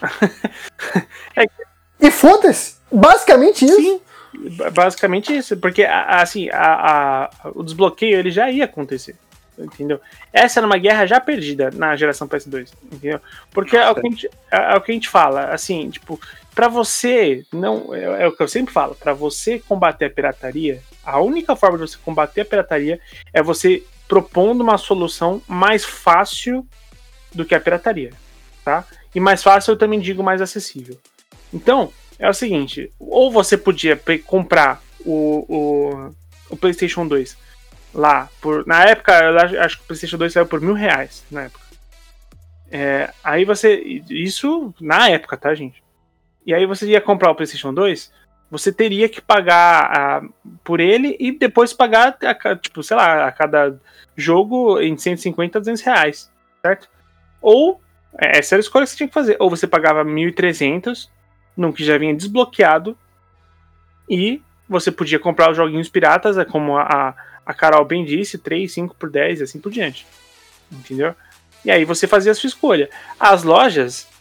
E foda-se, basicamente isso. sim. Basicamente isso. Porque, a- assim, a, a- o desbloqueio ele já ia acontecer. Entendeu? Essa era uma guerra já perdida na geração P S dois. Entendeu? Porque é o, que a gente, é, é o que a gente fala. Assim, tipo, pra você. não É, é o que eu sempre falo. Pra você combater a pirataria, a única forma de você combater a pirataria é você propondo uma solução mais fácil do que a pirataria, tá? E mais fácil eu também digo mais acessível. Então, é o seguinte, ou você podia pe- comprar o, o, o PlayStation dois lá, por, na época, eu acho, acho que o PlayStation dois saiu por mil reais, na época. É, aí você, isso na época, tá, gente? E aí você ia comprar o PlayStation dois, você teria que pagar a, por ele e depois pagar, a, ca- tipo, sei lá, a cada jogo em cento e cinquenta a duzentos reais, certo? Ou, é, essa era a escolha que você tinha que fazer. Ou você pagava mil e trezentos, num que já vinha desbloqueado, e você podia comprar os joguinhos piratas, é como a, a Carol bem disse, três, cinco por dez e assim por diante. Entendeu? E aí você fazia a sua escolha. As lojas,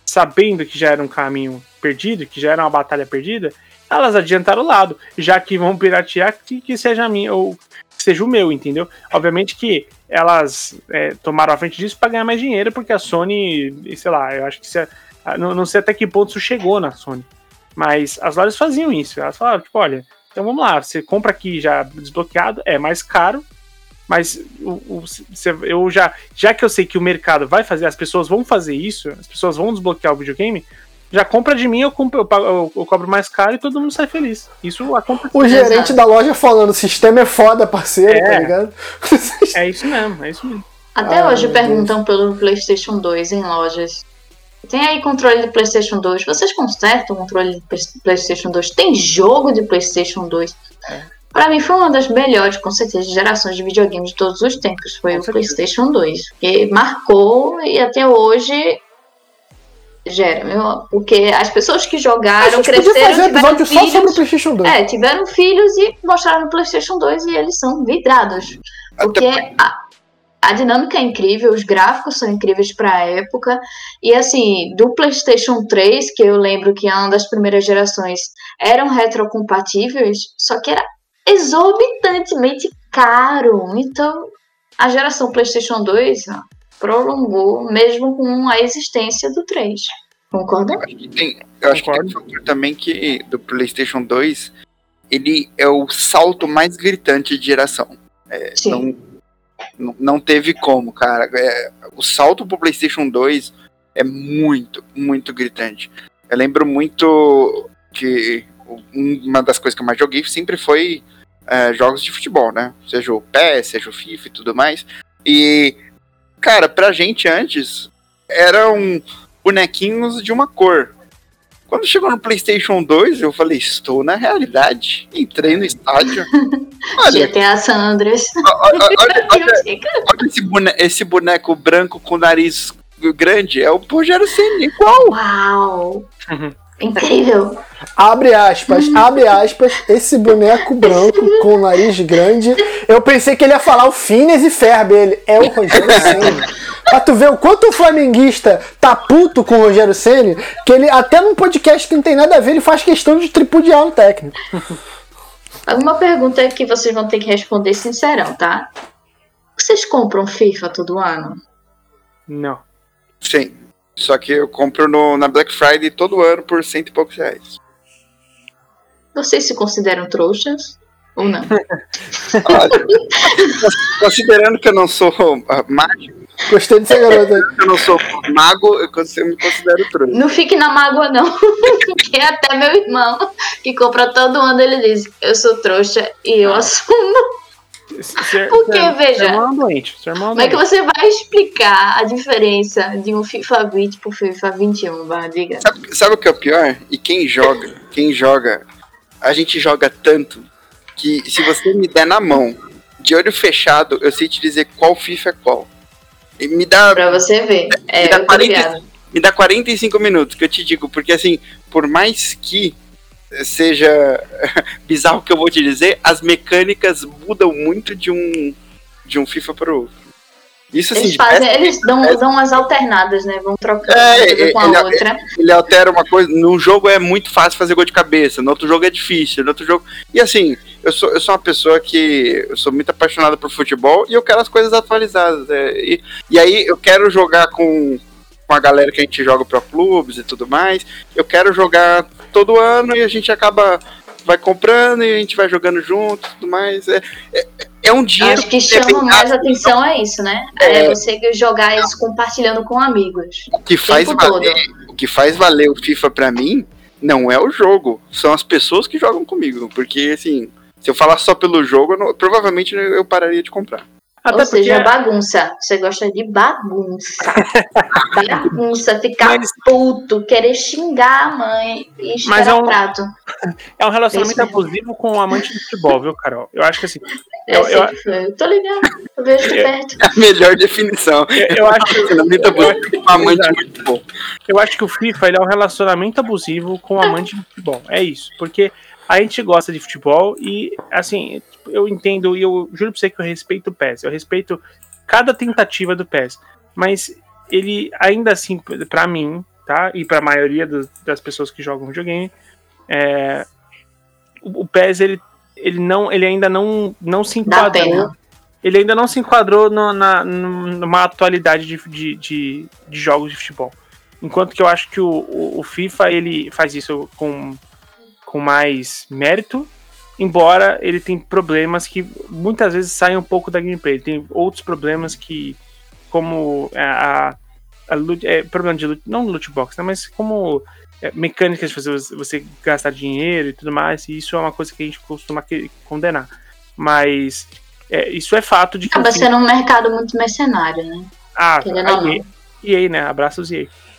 sabendo que já era um caminho perdido, que já era uma batalha perdida, elas adiantaram o lado, já que vão piratear, que, que seja a minha, ou que seja o meu, entendeu? Obviamente que elas é, tomaram a frente disso para ganhar mais dinheiro, porque a Sony, sei lá, eu acho que se, não, não sei até que ponto isso chegou na Sony, mas as lojas faziam isso, elas falaram, tipo, olha, então vamos lá, você compra aqui já desbloqueado, é mais caro, mas o, o, você, eu já, já que eu sei que o mercado vai fazer, as pessoas vão fazer isso, as pessoas vão desbloquear o videogame, já compra de mim, eu, compro, eu, pago, eu, eu cobro mais caro e todo mundo sai feliz. Isso acontece. O gerente da loja falando, o sistema é foda, parceiro, é, tá ligado? É isso mesmo, é isso mesmo. Até ah, hoje perguntam Deus. Pelo PlayStation dois em lojas. Tem aí controle de PlayStation dois? Vocês consertam o controle de PlayStation dois? Tem jogo de PlayStation dois? É. Pra mim foi uma das melhores, com certeza, gerações de videogames de todos os tempos. Foi com o certeza. PlayStation dois. Que marcou e até hoje... gera, meu, porque as pessoas que jogaram, cresceram, tiveram filhos, só sobre o PlayStation dois. É, tiveram filhos e mostraram no PlayStation dois e eles são vidrados. Porque a, a dinâmica é incrível, os gráficos são incríveis pra época, e assim, do PlayStation três, que eu lembro que é uma das primeiras gerações, eram retrocompatíveis, só que era exorbitantemente caro. Então, a geração PlayStation dois... ó, prolongou, mesmo com a existência do três. Concorda? Eu acho que tem, eu acho que tem um fator também que do PlayStation dois, ele é o salto mais gritante de geração. É, não, não, não teve como, cara. É, o salto pro PlayStation dois é muito, muito gritante. Eu lembro muito que uma das coisas que eu mais joguei sempre foi é, jogos de futebol, né? Seja o P E S, seja o FIFA e tudo mais. E cara, pra gente antes, eram bonequinhos de uma cor. Quando chegou no PlayStation dois, eu falei, estou na realidade. Entrei no estádio. Olha, G T A San Andreas. Olha, olha, olha, olha esse, boneco, esse boneco branco com nariz grande. É o Rogério Ceni, igual. Uau! Incrível. Abre aspas, abre aspas, esse boneco branco com o nariz grande. Eu pensei que ele ia falar o Phineas e Ferb. Ele é o Rogério Ceni. Pra tu ver o quanto o flamenguista tá puto com o Rogério Ceni, que ele, até num podcast que não tem nada a ver, ele faz questão de tripudiar o técnico. Uma pergunta que vocês vão ter que responder sincerão, tá? Vocês compram FIFA todo ano? Não. Sim. Só que eu compro no, na Black Friday todo ano por cento e poucos reais. Vocês se consideram trouxas ou não? Olha, considerando que eu não sou uh, mágico. Gostei de ser garota. Eu não sou mago, eu me considero trouxa. Não fique na mágoa, não. Porque até meu irmão, que compra todo ano, ele diz: eu sou trouxa e eu assumo. Ser, Porque, ser, veja, ser doente, ser como é que você vai explicar a diferença de um FIFA vinte pro FIFA vinte e um, vai, diga? Sabe, sabe o que é o pior? E quem joga, quem joga, a gente joga tanto que se você me der na mão, de olho fechado, eu sei te dizer qual FIFA é qual. E me dá... Pra você ver, é, me dá quarenta, me dá quarenta e cinco minutos, que eu te digo, porque assim, por mais que seja bizarro o que eu vou te dizer, as mecânicas mudam muito de um de um FIFA para o outro. Isso assim, eles fazem, eles dão, é, dão umas alternadas, né? Vão trocando é, uma coisa com a ele, outra. Ele altera uma coisa. Num jogo é muito fácil fazer gol de cabeça, no outro jogo é difícil, no outro jogo. E assim, eu sou, eu sou uma pessoa que eu sou muito apaixonada por futebol e eu quero as coisas atualizadas. É, e, e aí eu quero jogar com, com a galera que a gente joga pro clubes e tudo mais. Eu quero jogar todo ano e a gente acaba vai comprando e a gente vai jogando junto e tudo mais. É, é, é um dinheiro. Acho que chama mais atenção é isso, né? É, é você jogar isso compartilhando com amigos. O que faz valer, o que faz valer o FIFA pra mim não é o jogo, são as pessoas que jogam comigo. Porque, assim, se eu falar só pelo jogo, eu não, provavelmente eu pararia de comprar. Até Ou seja, porque... bagunça. Você gosta de bagunça. Bagunça, ficar Mas... puto, querer xingar a mãe e esperar Mas é um... o prato. É um relacionamento abusivo com um amante de futebol, viu, Carol? Eu acho que assim... Eu, eu, eu... eu tô ligado, eu vejo de perto. É a melhor definição. Eu, eu acho que um relacionamento abusivo com um amante muito bom. Eu acho que o FIFA ele é um relacionamento abusivo com um amante de futebol. É isso, porque... A gente gosta de futebol e, assim, eu entendo e eu juro pra você que eu respeito o P E S. Eu respeito cada tentativa do P E S. Mas ele, ainda assim, pra mim, tá? E para a maioria do, das pessoas que jogam videogame, é, o, o P E S ele, ele, não, ele ainda não, não se enquadrou. Ele ainda não se enquadrou no, na, numa atualidade de, de, de, de jogos de futebol. Enquanto que eu acho que o, o, o FIFA ele faz isso com, com mais mérito, embora ele tenha problemas que muitas vezes saem um pouco da gameplay. Ele tem outros problemas que, como a, a, a é, problema de loot, não loot box, né, mas como é, mecânicas de fazer você gastar dinheiro e tudo mais, e isso é uma coisa que a gente costuma que, condenar. Mas é, isso é fato de que... Acaba sendo um mercado muito mercenário, né? Ah, a E A, né? Abraços E A.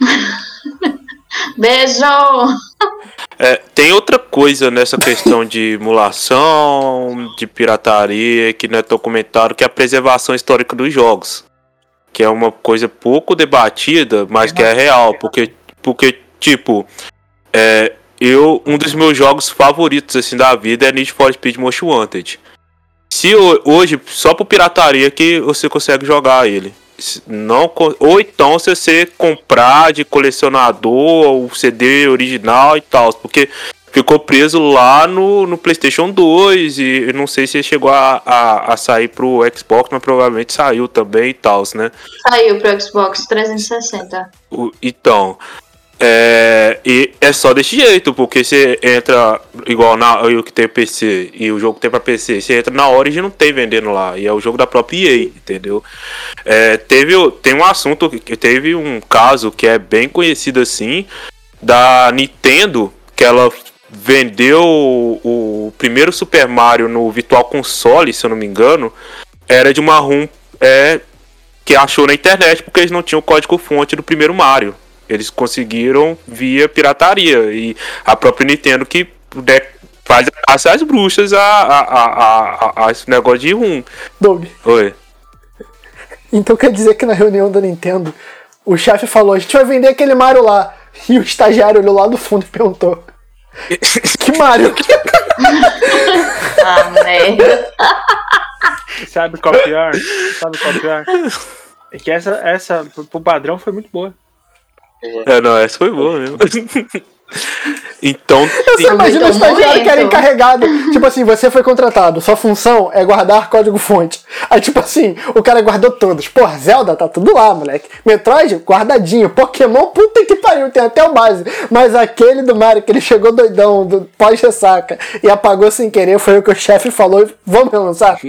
Beijo! É, tem outra coisa nessa questão de emulação, de pirataria, que não é tão comentado, que é a preservação histórica dos jogos. Que é uma coisa pouco debatida, mas que é real. Porque, porque tipo, é, eu, um dos meus jogos favoritos assim, da vida é Need for Speed Most Wanted. Se hoje, só por pirataria que você consegue jogar ele. Não, ou então se você comprar de colecionador o C D original e tal, porque ficou preso lá no, no PlayStation dois e eu não sei se chegou a, a, a sair pro Xbox, mas provavelmente saiu também e tal, né? Saiu pro Xbox trezentos e sessenta. O, então, é, e é só desse jeito, porque você entra igual na, eu que tenho P C e o jogo tem pra P C, você entra na Origin, não tem vendendo lá, e é o jogo da própria E A, entendeu? É, teve, tem um assunto, teve um caso que é bem conhecido assim, da Nintendo, que ela vendeu o, o primeiro Super Mario no Virtual Console, se eu não me engano, era de uma ROM é, que achou na internet, porque eles não tinham o código-fonte do primeiro Mario. Eles conseguiram via pirataria. E a própria Nintendo que né, faz a caça às bruxas a, a, a, a, a esse negócio de rum. Doug. Oi. Então quer dizer que na reunião da Nintendo, o chefe falou, a gente vai vender aquele Mario lá. E o estagiário olhou lá do fundo e perguntou, que Mario? Ah, merda. Sabe qual é o pior? Sabe qual é o pior? É que essa, essa, pro padrão, foi muito boa. É, não, essa foi boa mesmo. Então, eu só imagino o estagiário que era encarregado. Tipo assim, você foi contratado, sua função é guardar código-fonte. Aí, tipo assim, o cara guardou todos. Porra, Zelda tá tudo lá, moleque. Metroid, guardadinho. Pokémon, puta que pariu, tem até o base. Mas aquele do Mario, que ele chegou doidão, do pós-ressaca, e apagou sem querer, foi o que o chefe falou e vamos relançar.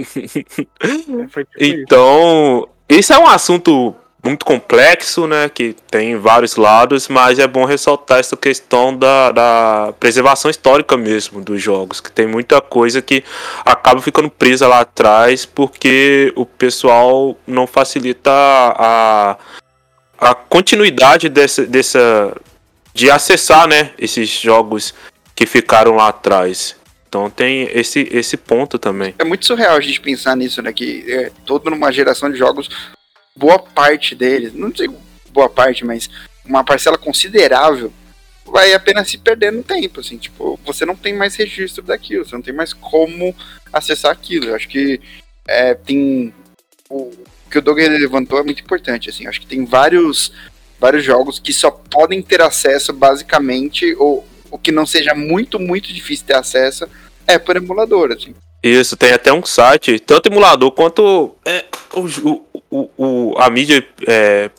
Então, esse é um assunto muito complexo, né, que tem vários lados, mas é bom ressaltar essa questão da, da preservação histórica mesmo dos jogos, que tem muita coisa que acaba ficando presa lá atrás porque o pessoal não facilita a, a continuidade dessa, dessa, de acessar, né, esses jogos que ficaram lá atrás. Então tem esse, esse ponto também. É muito surreal a gente pensar nisso, né, que é toda uma geração de jogos, boa parte deles, não sei boa parte, mas uma parcela considerável vai apenas se perder no tempo, assim, tipo, você não tem mais registro daquilo, você não tem mais como acessar aquilo. Eu acho que é, tem o que o Doug levantou é muito importante, assim, eu acho que tem vários vários jogos que só podem ter acesso basicamente, ou o que não seja muito, muito difícil ter acesso é por emulador, assim. Isso, tem até um site, tanto emulador quanto é, o, o, o, a mídia é,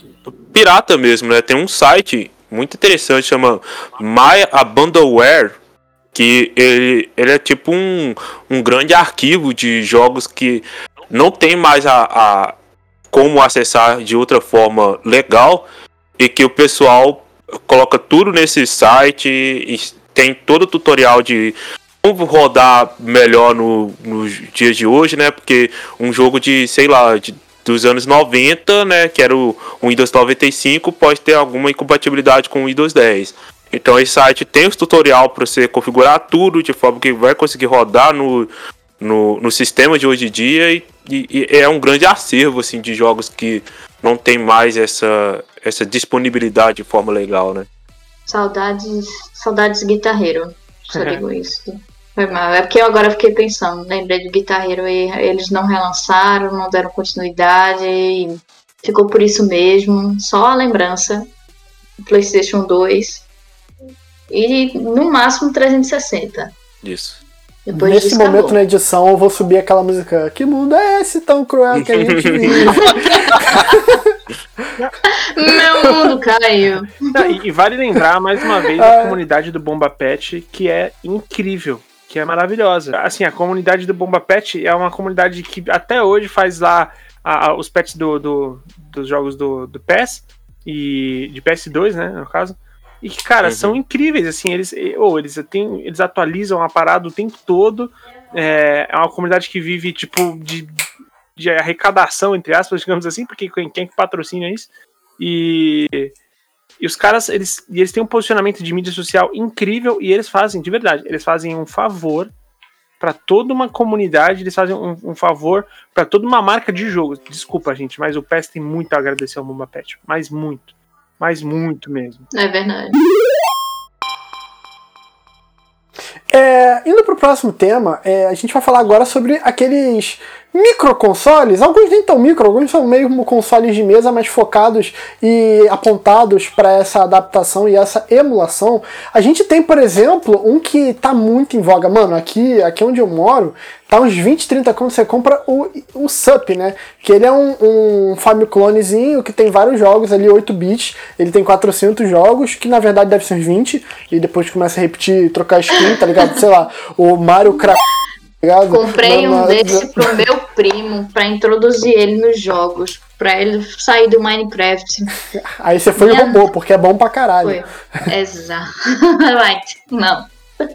pirata mesmo, né? Tem um site muito interessante, chama My Abandonware, que ele, ele é tipo um, um grande arquivo de jogos que não tem mais a, a como acessar de outra forma legal, e que o pessoal coloca tudo nesse site e tem todo o tutorial de como rodar melhor no, nos dias de hoje, né? Porque um jogo de, sei lá, de, dos anos noventa, né? Que era o, o Windows noventa e cinco, pode ter alguma incompatibilidade com o Windows dez. Então esse site tem os tutorial para você configurar tudo de forma que vai conseguir rodar no, no, no sistema de hoje em dia, e, e, e é um grande acervo assim, de jogos que não tem mais essa, essa disponibilidade de forma legal, né? Saudades, saudades guitarreiro, só digo isso. Foi mal. É porque eu agora fiquei pensando, lembrei do guitarreiro e eles não relançaram, não deram continuidade e ficou por isso mesmo, só a lembrança. PlayStation dois e no máximo trezentos e sessenta. Isso. Depois Nesse disso, momento acabou. na edição eu vou subir aquela música. Que mundo é esse tão cruel que a gente vive? Meu mundo caiu. Não, e, e vale lembrar, mais uma vez, a comunidade do Bomba Pet, que é incrível, que é maravilhosa. Assim, a comunidade do Bomba Pet é uma comunidade que até hoje faz lá a, a, os pets do, do, dos jogos do, do P E S, e de P S dois, né, no caso. E que, cara, uhum. são incríveis, assim, eles, ou eles, têm, eles atualizam a parada o tempo todo. É, é uma comunidade que vive, tipo, de, de arrecadação, entre aspas, digamos assim, porque quem, quem patrocina isso. E, e os caras, eles, eles têm um posicionamento de mídia social incrível e eles fazem, de verdade, eles fazem um favor para toda uma comunidade, eles fazem um, um favor para toda uma marca de jogo. Desculpa, gente, mas o P E S tem muito a agradecer ao Bomba Pet, mas muito. Mas muito mesmo. É verdade. É, indo pro próximo tema, é, a gente vai falar agora sobre aqueles microconsoles. Alguns nem tão micro, alguns são meio como consoles de mesa, mas focados e apontados para essa adaptação e essa emulação. A gente tem, por exemplo, um que tá muito em voga. Mano, aqui, aqui onde eu moro, tá uns vinte, trinta quando você compra o, o S U P, né? Que ele é um, um Famiclonezinho que tem vários jogos ali, oito bits. Ele tem quatrocentos jogos, que na verdade deve ser uns vinte. E depois começa a repetir, trocar skin, tá ligado? Sei lá, o Mario Craft. Comprei um desse pro meu primo pra introduzir ele nos jogos, pra ele sair do Minecraft. Aí você foi e Minha... roubou, porque é bom pra caralho. Foi. Exato. Não.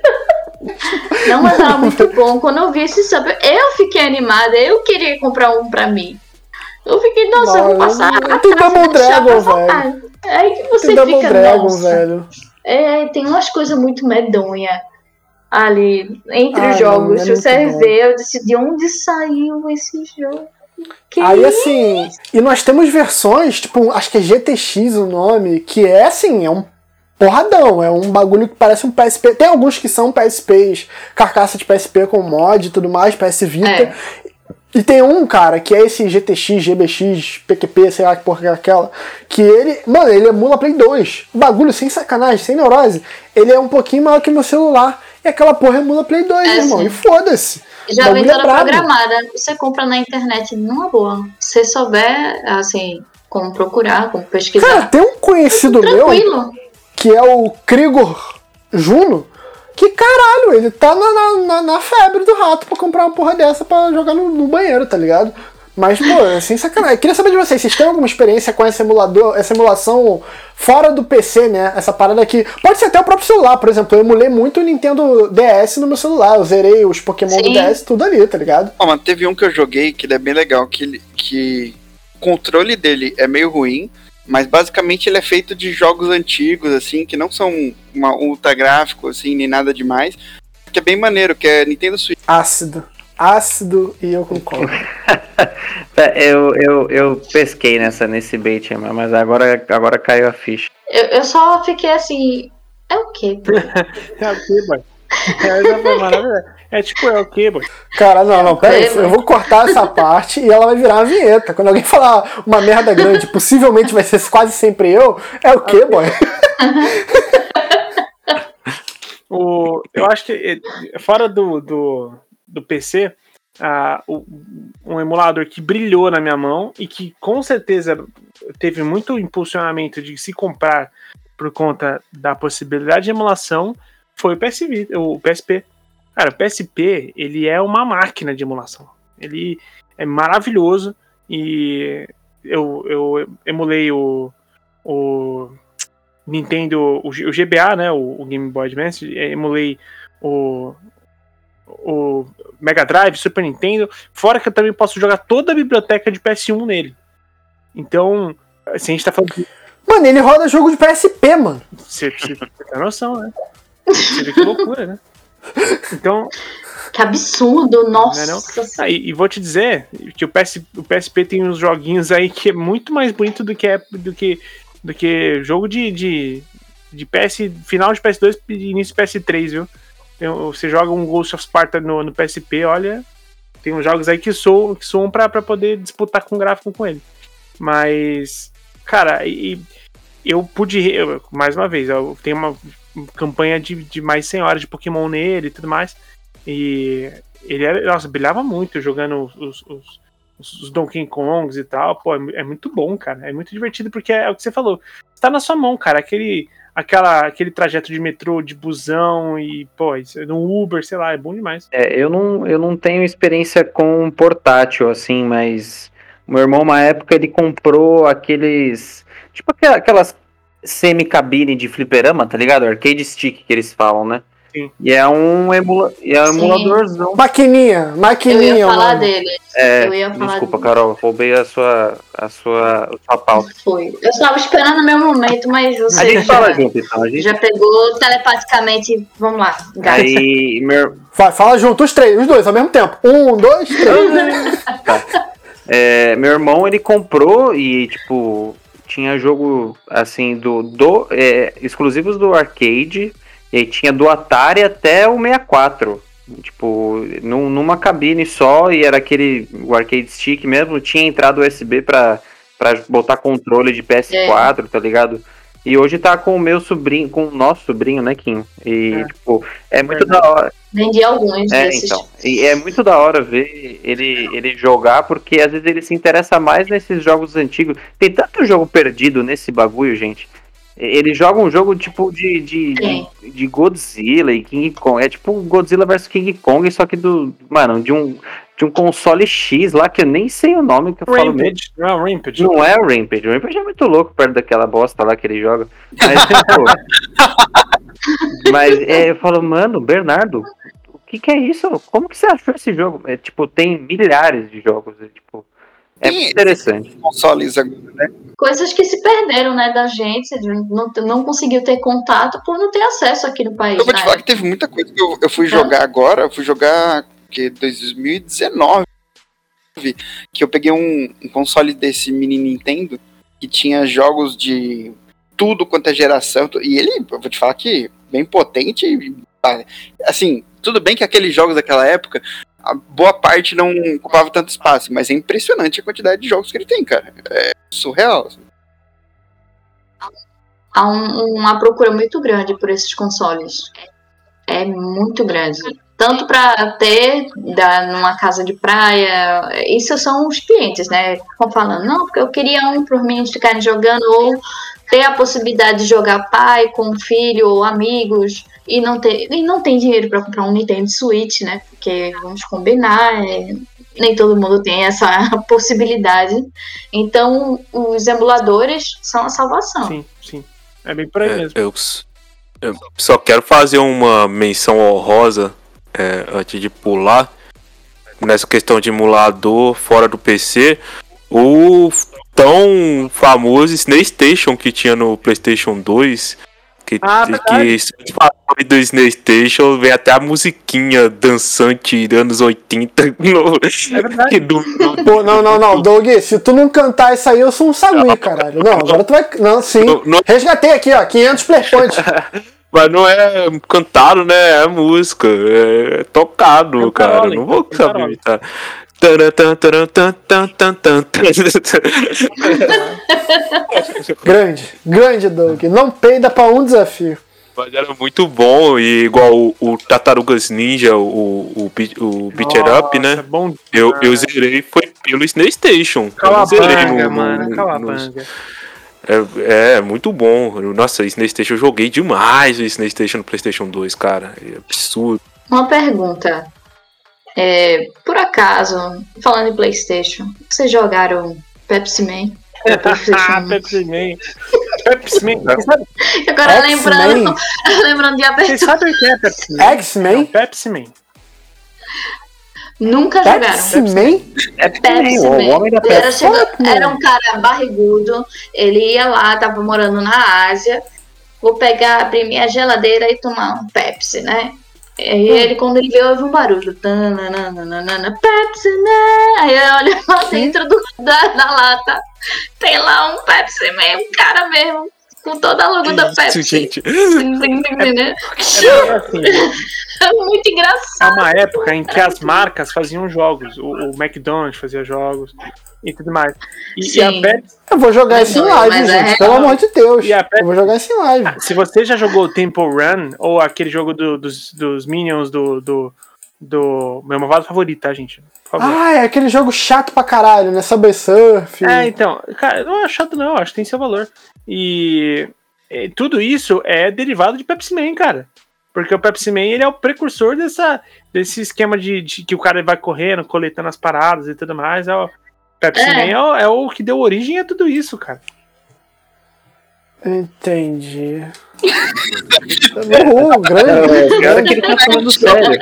Não, mas era muito bom. Quando eu vi esse sub, eu fiquei animada, eu queria comprar um pra mim. Eu fiquei, nossa, eu vou passar. Tem Double Dragon, velho. É aí que você tem fica, Double Dragon, nossa. velho. É, tem umas coisas muito medonhas ali, entre Ai, os jogos. não, é você muito vê, eu disse, de onde saiu esse jogo? Que Aí assim, e nós temos versões, tipo, acho que é G T X o nome, que é assim, é um porradão, é um bagulho que parece um P S P. Tem alguns que são P S Ps, carcaça de P S P com mod e tudo mais, P S Vita. É. E tem um, cara, que é esse G T X, G B X, P Q P, sei lá que porra que é aquela, que ele, mano, ele emula Play dois. O bagulho, sem sacanagem, sem neurose, ele é um pouquinho maior que meu celular. E aquela porra emula Play dois, É, irmão, sim. e foda-se. Já vem bagulho é toda brabo. programada. Você compra na internet numa boa. Se souber, assim, como procurar, como pesquisar. Cara, tem um conhecido meu, Tranquilo. que é o Krigor Juno, que caralho, ele tá na, na, na, na febre do rato pra comprar uma porra dessa pra jogar no, no banheiro, tá ligado? Mas, pô, assim, sacanagem. Eu queria saber de vocês, vocês têm alguma experiência com esse emulador, essa emulação fora do P C, né? Essa parada aqui. Pode ser até o próprio celular, por exemplo. Eu emulei muito o Nintendo D S no meu celular. Eu zerei os Pokémon Sim. do D S, tudo ali, tá ligado? Ó, mano, teve um que eu joguei que ele é bem legal, que, ele, que o controle dele é meio ruim, mas basicamente ele é feito de jogos antigos, assim, que não são uma, um ultra gráfico, assim, nem nada demais, que é bem maneiro, que é Nintendo Switch. Ácido. Ácido e eu concordo. eu, eu, eu pesquei nessa, nesse bait, mas agora, agora caiu a ficha. Eu, eu só fiquei assim. É o quê? É o quê, boy? É, é tipo, é o quê, boy? Cara, não, não, pera aí. É, Eu vou cortar essa parte e ela vai virar uma vinheta. Quando alguém falar uma merda grande, possivelmente vai ser quase sempre eu, é o quê, boy? O, eu acho que fora do, do, do P C, uh, o, um emulador que brilhou na minha mão e que com certeza teve muito impulsionamento de se comprar por conta da possibilidade de emulação foi o P S Vita, o P S P. Cara, o P S P, ele é uma máquina de emulação. Ele é maravilhoso e eu, eu emulei o, o Nintendo, o G B A, né, o, o Game Boy Advance, emulei o, o Mega Drive, Super Nintendo, fora que eu também posso jogar toda a biblioteca de P S um nele. Então, assim, a gente tá falando de... Mano, ele roda jogo de P S P, mano. Você, você tem noção, né? Você vê que loucura, né? Então... Que absurdo, nossa. Não é não? Ah, e, e vou te dizer que o, P S, o P S P tem uns joguinhos aí que é muito mais bonito do que, é, do que, do que jogo de, de, de P S, final de P S dois e início de P S três, viu? Tem, você joga um Ghost of Sparta no, no P S P, olha, tem uns jogos aí que soam, que soam pra, pra poder disputar com o gráfico com ele. Mas, cara, e, eu pude, eu, mais uma vez, eu tenho uma campanha de, de mais cem horas de Pokémon nele e tudo mais. E ele era, nossa, brilhava muito jogando os, os, os Donkey Kongs e tal. Pô, é, é muito bom, cara. É muito divertido porque é, é o que você falou. Está na sua mão, cara. Aquele, aquela, aquele trajeto de metrô, de busão e, pô, isso, no Uber, sei lá, é bom demais. É, eu não, eu não tenho experiência com portátil, assim, mas meu irmão, uma época, ele comprou aqueles, tipo aquelas semi-cabine de fliperama, tá ligado? Arcade stick que eles falam, né? Sim. E é um, emula, e é um emuladorzão. Maquininha, maquininha. Eu ia falar mano. dele. É, Eu ia falar desculpa, dele. Carol, roubei a sua, a sua, a sua pauta. Foi. Eu estava esperando o meu momento, mas você A gente já, fala junto, então. A gente... já pegou telepaticamente. Vamos lá, gato. Aí, meu... Vai, fala junto, os três, os dois, ao mesmo tempo. Um, dois, três. Tá. É, meu irmão, ele comprou e, tipo, tinha jogo, assim, do, do é, exclusivos do arcade, e aí tinha do Atari até o sessenta e quatro, tipo, num, numa cabine só, e era aquele, o arcade stick mesmo, tinha entrada U S B pra, pra botar controle de P S quatro, é. Tá ligado? E hoje tá com o meu sobrinho, com o nosso sobrinho, né, Kim? E, é. tipo, é muito é. da hora. Vendi alguns é, desses. Então, e é muito da hora ver ele, ele jogar, porque às vezes ele se interessa mais nesses jogos antigos. Tem tanto jogo perdido nesse bagulho, gente. Ele joga um jogo tipo de, de, de, de Godzilla e King Kong. É tipo Godzilla versus King Kong, só que do. Mano, de um, de um console X lá, que eu nem sei o nome que eu Rampage. falo mesmo. Não é o Rampage. Não é o Rampage. O Rampage é muito louco perto daquela bosta lá que ele joga. Mas, tipo, mas é, eu falo, mano, Bernardo, o que, que é isso? Como que você achou esse jogo? É, tipo, tem milhares de jogos. É, tipo, é muito interessante. Consoles agora, né? Coisas que se perderam, né, da gente, não, não conseguiu ter contato por não ter acesso aqui no país. Eu vou te né? falar que teve muita coisa que eu, eu fui jogar é. agora, eu fui jogar que dois mil e dezenove, que eu peguei um, um console desse mini Nintendo que tinha jogos de tudo quanto é geração, e ele, eu vou te falar que bem potente, assim, tudo bem que aqueles jogos daquela época, a boa parte não ocupava tanto espaço, mas é impressionante a quantidade de jogos que ele tem, cara. É surreal. Há um, uma procura muito grande por esses consoles. É muito grande. Tanto para ter da, numa casa de praia, isso são os clientes, né? Ficam falando, não, porque eu queria um para os meninos ficarem jogando, ou ter a possibilidade de jogar pai com filho ou amigos, e não, ter, e não tem dinheiro para comprar um Nintendo Switch, né? Porque, vamos combinar, é, nem todo mundo tem essa possibilidade. Então, os emuladores são a salvação. Sim, sim. É bem por aí é, mesmo. Eu, eu só quero fazer uma menção honrosa é, antes de pular nessa questão de emulador fora do P C. O tão famoso SnayStation que tinha no PlayStation dois. Que, ah, que se fala do SnayStation, vem até a musiquinha dançante dos anos oitenta. No, é verdade. Do, do, Pô, não, não, não, Doug, se tu não cantar isso aí, eu sou um sagui, caralho. Não, agora tu vai. Não, sim. Não, não... Resgatei aqui, ó, quinhentos play points. Mas não é cantado, né? É música. É tocado, é cara. Carole, não vou é saber imitar. Grande, grande, Doug. Não peida pra um desafio. Mas era muito bom, e igual o, o Tartarugas Ninja, o, o, o Beat It Up, né? É bom eu, eu zerei foi pelo SnayStation. Calabanga, mano, calabanga. É, é muito bom. Nossa, o SnayStation eu joguei demais o SnayStation no PlayStation dois, cara. É absurdo. Uma pergunta. É, por acaso, falando em PlayStation, vocês jogaram Pepsi Man? Ah, Pepsi Man. Pepsi Man. Agora lembrando, lembrando de abertura. Vocês sabem o que é Pepsi Man? X-Men? Pepsi Man. Nunca Pepsi jogaram. Man? É Pepsi Man. Ele era, chega, era um cara barrigudo, ele ia lá, tava morando na Ásia, vou pegar, abrir minha geladeira e tomar um Pepsi, né? E aí ele, quando ele viu, houve um barulho. Pepsi Man! Aí eu olho lá dentro do, da, da lata, tem lá um Pepsi Man, um cara mesmo, com toda a logo da Pepsi. Isso, gente. É, É assim, é muito engraçado. há uma época em que as marcas faziam jogos. O, o McDonald's fazia jogos e tudo mais. E, e a Sim. Pepsi, Eu vou jogar isso em Não, live, mas é gente. Pelo real. amor de Deus. E a Pepsi- Eu vou jogar isso em live. se você já jogou o Temple Run ou aquele jogo do- dos, dos Minions do, do, do meu malvado favorito, tá, gente? Por favor. Ah, é aquele jogo chato pra caralho, né? Subway Surf. É, então, cara, não acho chato não, acho que tem seu valor. E, e tudo isso é derivado de Pepsi Man, cara. Porque o Pepsi Man, ele é o precursor dessa, desse esquema de, de que o cara vai correndo, coletando as paradas e tudo mais. É o, Pepsi É. Man é o, é o que deu origem a tudo isso, cara. Entendi. Uhul, grande, É, pior é que grande, ele tá falando sério.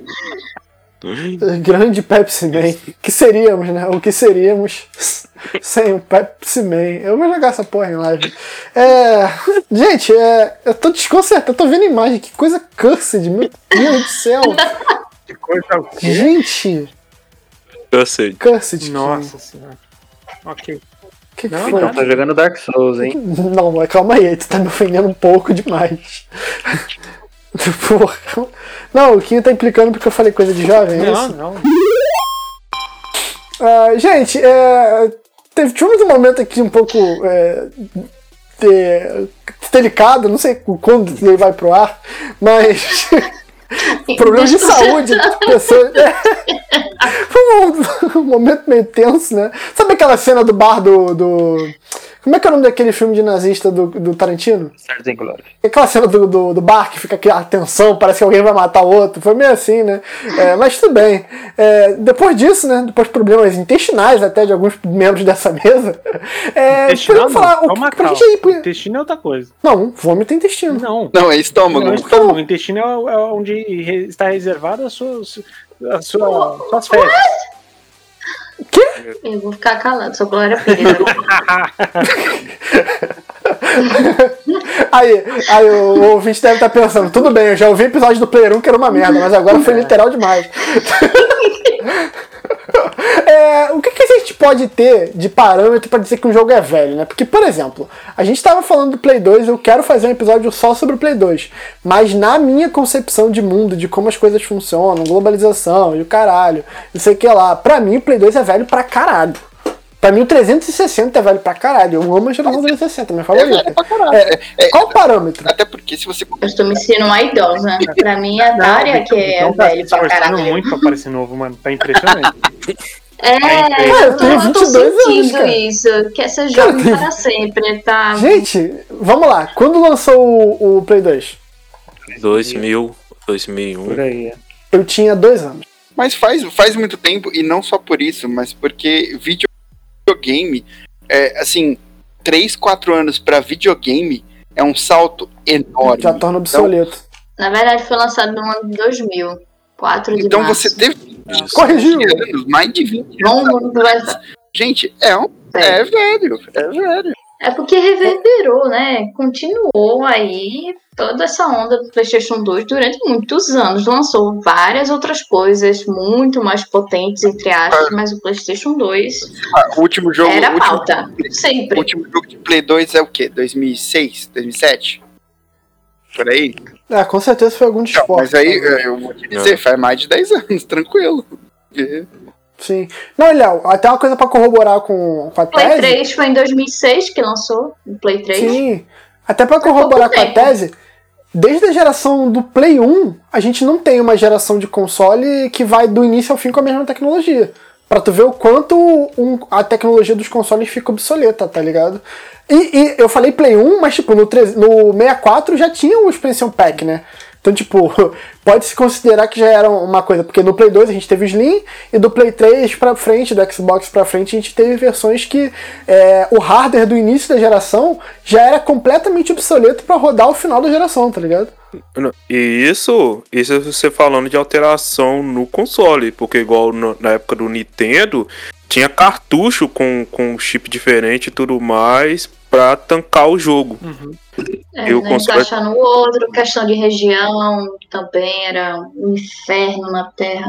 grande Pepsi Man. Que seríamos, né? O que seríamos sem o Pepsi Man? Eu vou jogar essa porra em live. É, gente, é, eu tô desconcertado. Eu tô vendo imagem. Que coisa cursed, meu Deus do céu. Que coisa. Gente, Eu sei. cursed. Nossa senhora. Ok. Que que Não, foi? Então tá jogando Dark Souls, hein? Não, mas calma aí, tu tá me ofendendo um pouco demais. Porra. Não, o Quinho tá implicando porque eu falei coisa de jovem, é Não, isso? não. Ah, gente, é, teve, tivemos um momento aqui um pouco é, de- delicado, não sei quando ele vai pro ar, mas problemas de saúde, pessoas. Foi um, um momento meio tenso, né? Sabe aquela cena do bar do. do- como é que é o nome daquele filme de nazista do, do Tarantino? Certo, hein, Glória? Aquela cena do, do, do bar que fica aquela tensão, parece que alguém vai matar o outro. Foi meio assim, né? É, mas tudo bem. É, depois disso, né? Depois de problemas intestinais até de alguns membros dessa mesa. É, Intestinal podemos não, falar. O, calma, pra calma. gente aí. Intestino é outra coisa. Não, vômito é intestino. Não. Não, é estômago. Não, o estômago. O intestino é, o- é onde re- está reservado as suas, a sua, suas fezes. Eu vou ficar calado, sou Glória Pires agora. Aí, aí o, o ouvinte deve estar pensando, tudo bem, eu já ouvi episódio do Player um que era uma merda, mas agora foi literal demais. É, o que, que a gente pode ter de parâmetro para dizer que um jogo é velho, né? Porque, por exemplo, a gente estava falando do Play dois, eu quero fazer um episódio só sobre o Play dois, mas na minha concepção de mundo, de como as coisas funcionam, globalização e o caralho, não sei o que lá, pra mim o Play dois é velho pra caralho. Pra mim o trezentos e sessenta é velho pra caralho. Eu amo a geração trezentos e sessenta, minha É velho favorita. pra caralho. É, É, qual o parâmetro? até porque se você. Eu estou me sentindo uma idosa. Pra mim, a Dária que é Então tá se velho pra esforçando caralho. muito pra parecer novo, mano. Tá impressionante. É, Cara, eu eu tô, tenho eu tô vinte e dois anos, sentindo cara. isso. Quer ser Cara, jovem tem- para sempre, tá? Gente, vamos lá. Quando lançou o, o Play dois? dois mil, dois mil e Por um. aí, é. Eu tinha dois anos. Mas faz, faz muito tempo, e não só por isso, mas porque videogame, é, assim, três, quatro anos pra videogame é um salto enorme. Já torna obsoleto. Na verdade, foi lançado no ano de dois mil. quatro de Então março. você teve Corrigiu. vinte anos, mais de vinte anos. Vamos, vai... Gente, é, um, é velho, é velho. É porque reverberou, né? Continuou aí toda essa onda do PlayStation dois durante muitos anos. Lançou várias outras coisas muito mais potentes, entre aspas, mas o PlayStation dois Ah, o último jogo. era o último, pauta. o Sempre. último jogo de Play dois é o quê? dois mil e seis? dois mil e sete? Por aí? É, com certeza foi algum Não, esporte. mas aí eu vou te dizer, faz mais de dez anos, tranquilo. É. Sim. Não, Léo, até uma coisa pra corroborar com, com a Play tese. três foi em dois mil e seis que lançou o Play três. Sim. Até pra corroborar com a tempo. tese, desde a geração do Play um, a gente não tem uma geração de console que vai do início ao fim com a mesma tecnologia. Pra tu ver o quanto um- a tecnologia dos consoles fica obsoleta, tá ligado? E, e eu falei Play um, mas tipo, no, treze no sessenta e quatro já tinha o Expansion Pack, né? Então, tipo, pode-se considerar que já era uma coisa, porque no Play dois a gente teve o Slim, e do Play três pra frente, do Xbox pra frente, a gente teve versões que é, o hardware do início da geração já era completamente obsoleto pra rodar o final da geração, tá ligado? E isso, isso é você falando de alteração no console, porque igual no- na época do Nintendo, tinha cartucho com, com chip diferente e tudo mais pra tancar o jogo. É, E o né, console- encaixar no outro, questão de região também era um inferno na Terra.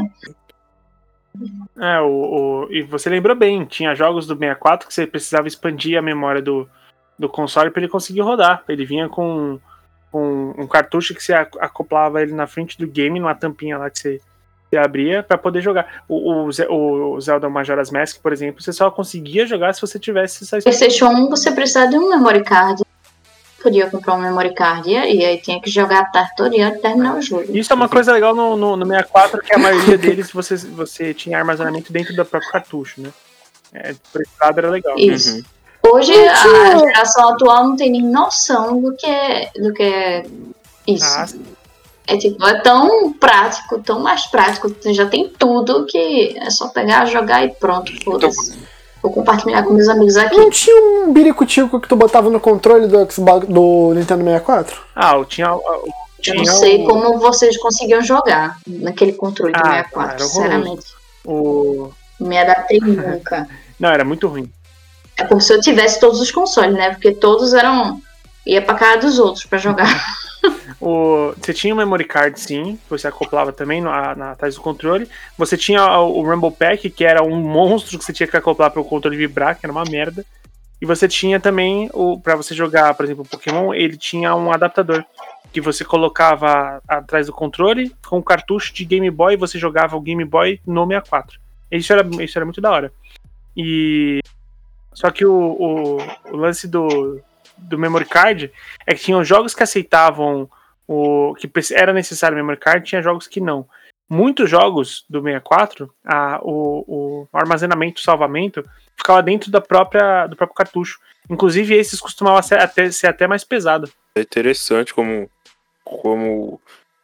É, o, o- e você lembrou bem, tinha jogos do sessenta e quatro que você precisava expandir a memória do, do console para ele conseguir rodar. Ele vinha com, com um cartucho que você acoplava ele na frente do game, numa tampinha lá que você, você abria para poder jogar. O, o, o Zelda Majora's Mask, por exemplo, você só conseguia jogar se você tivesse essa... PlayStation um você precisava de um memory card. Podia comprar um memory card e aí tinha que jogar a tarde toda e terminar o jogo. Isso é uma coisa legal no, no, no sessenta e quatro, que a maioria deles você, você tinha armazenamento dentro do próprio cartucho, né? É, por esse lado era legal. Isso. Uhum. Hoje a geração atual não tem nem noção do que é, do que é isso. Ah, é tipo, é tão prático, tão mais prático, já tem tudo que é só pegar, jogar e pronto, foda-se. Vou compartilhar com meus amigos aqui. Não tinha um biricutico que tu botava no controle do Xbox, do Nintendo sessenta e quatro? Ah, eu tinha... Eu, tinha eu não sei o... como vocês conseguiam jogar naquele controle do ah, sessenta e quatro, sinceramente. O... Me adaptei nunca. Não, era muito ruim. É como se eu tivesse todos os consoles, né? Porque todos eram... Ia pra cara dos outros pra jogar. O, você tinha o memory card, sim, que você acoplava também na, na atrás do controle. Você tinha o, o Rumble Pack, que era um monstro que você tinha que acoplar para o controle vibrar, que era uma merda. E você tinha também, o para você jogar, por exemplo, o Pokémon, ele tinha um adaptador que você colocava atrás do controle com um cartucho de Game Boy e você jogava o Game Boy no sessenta e quatro. Isso era, isso era muito da hora. E só que o, o, o lance do, do memory card é que tinham jogos que aceitavam o que era necessário memory card, tinha jogos que não. Muitos jogos do sessenta e quatro, a, o, o armazenamento, o salvamento, ficava dentro da própria, do próprio cartucho. Inclusive, esses costumavam ser até, ser até mais pesado. É interessante como, como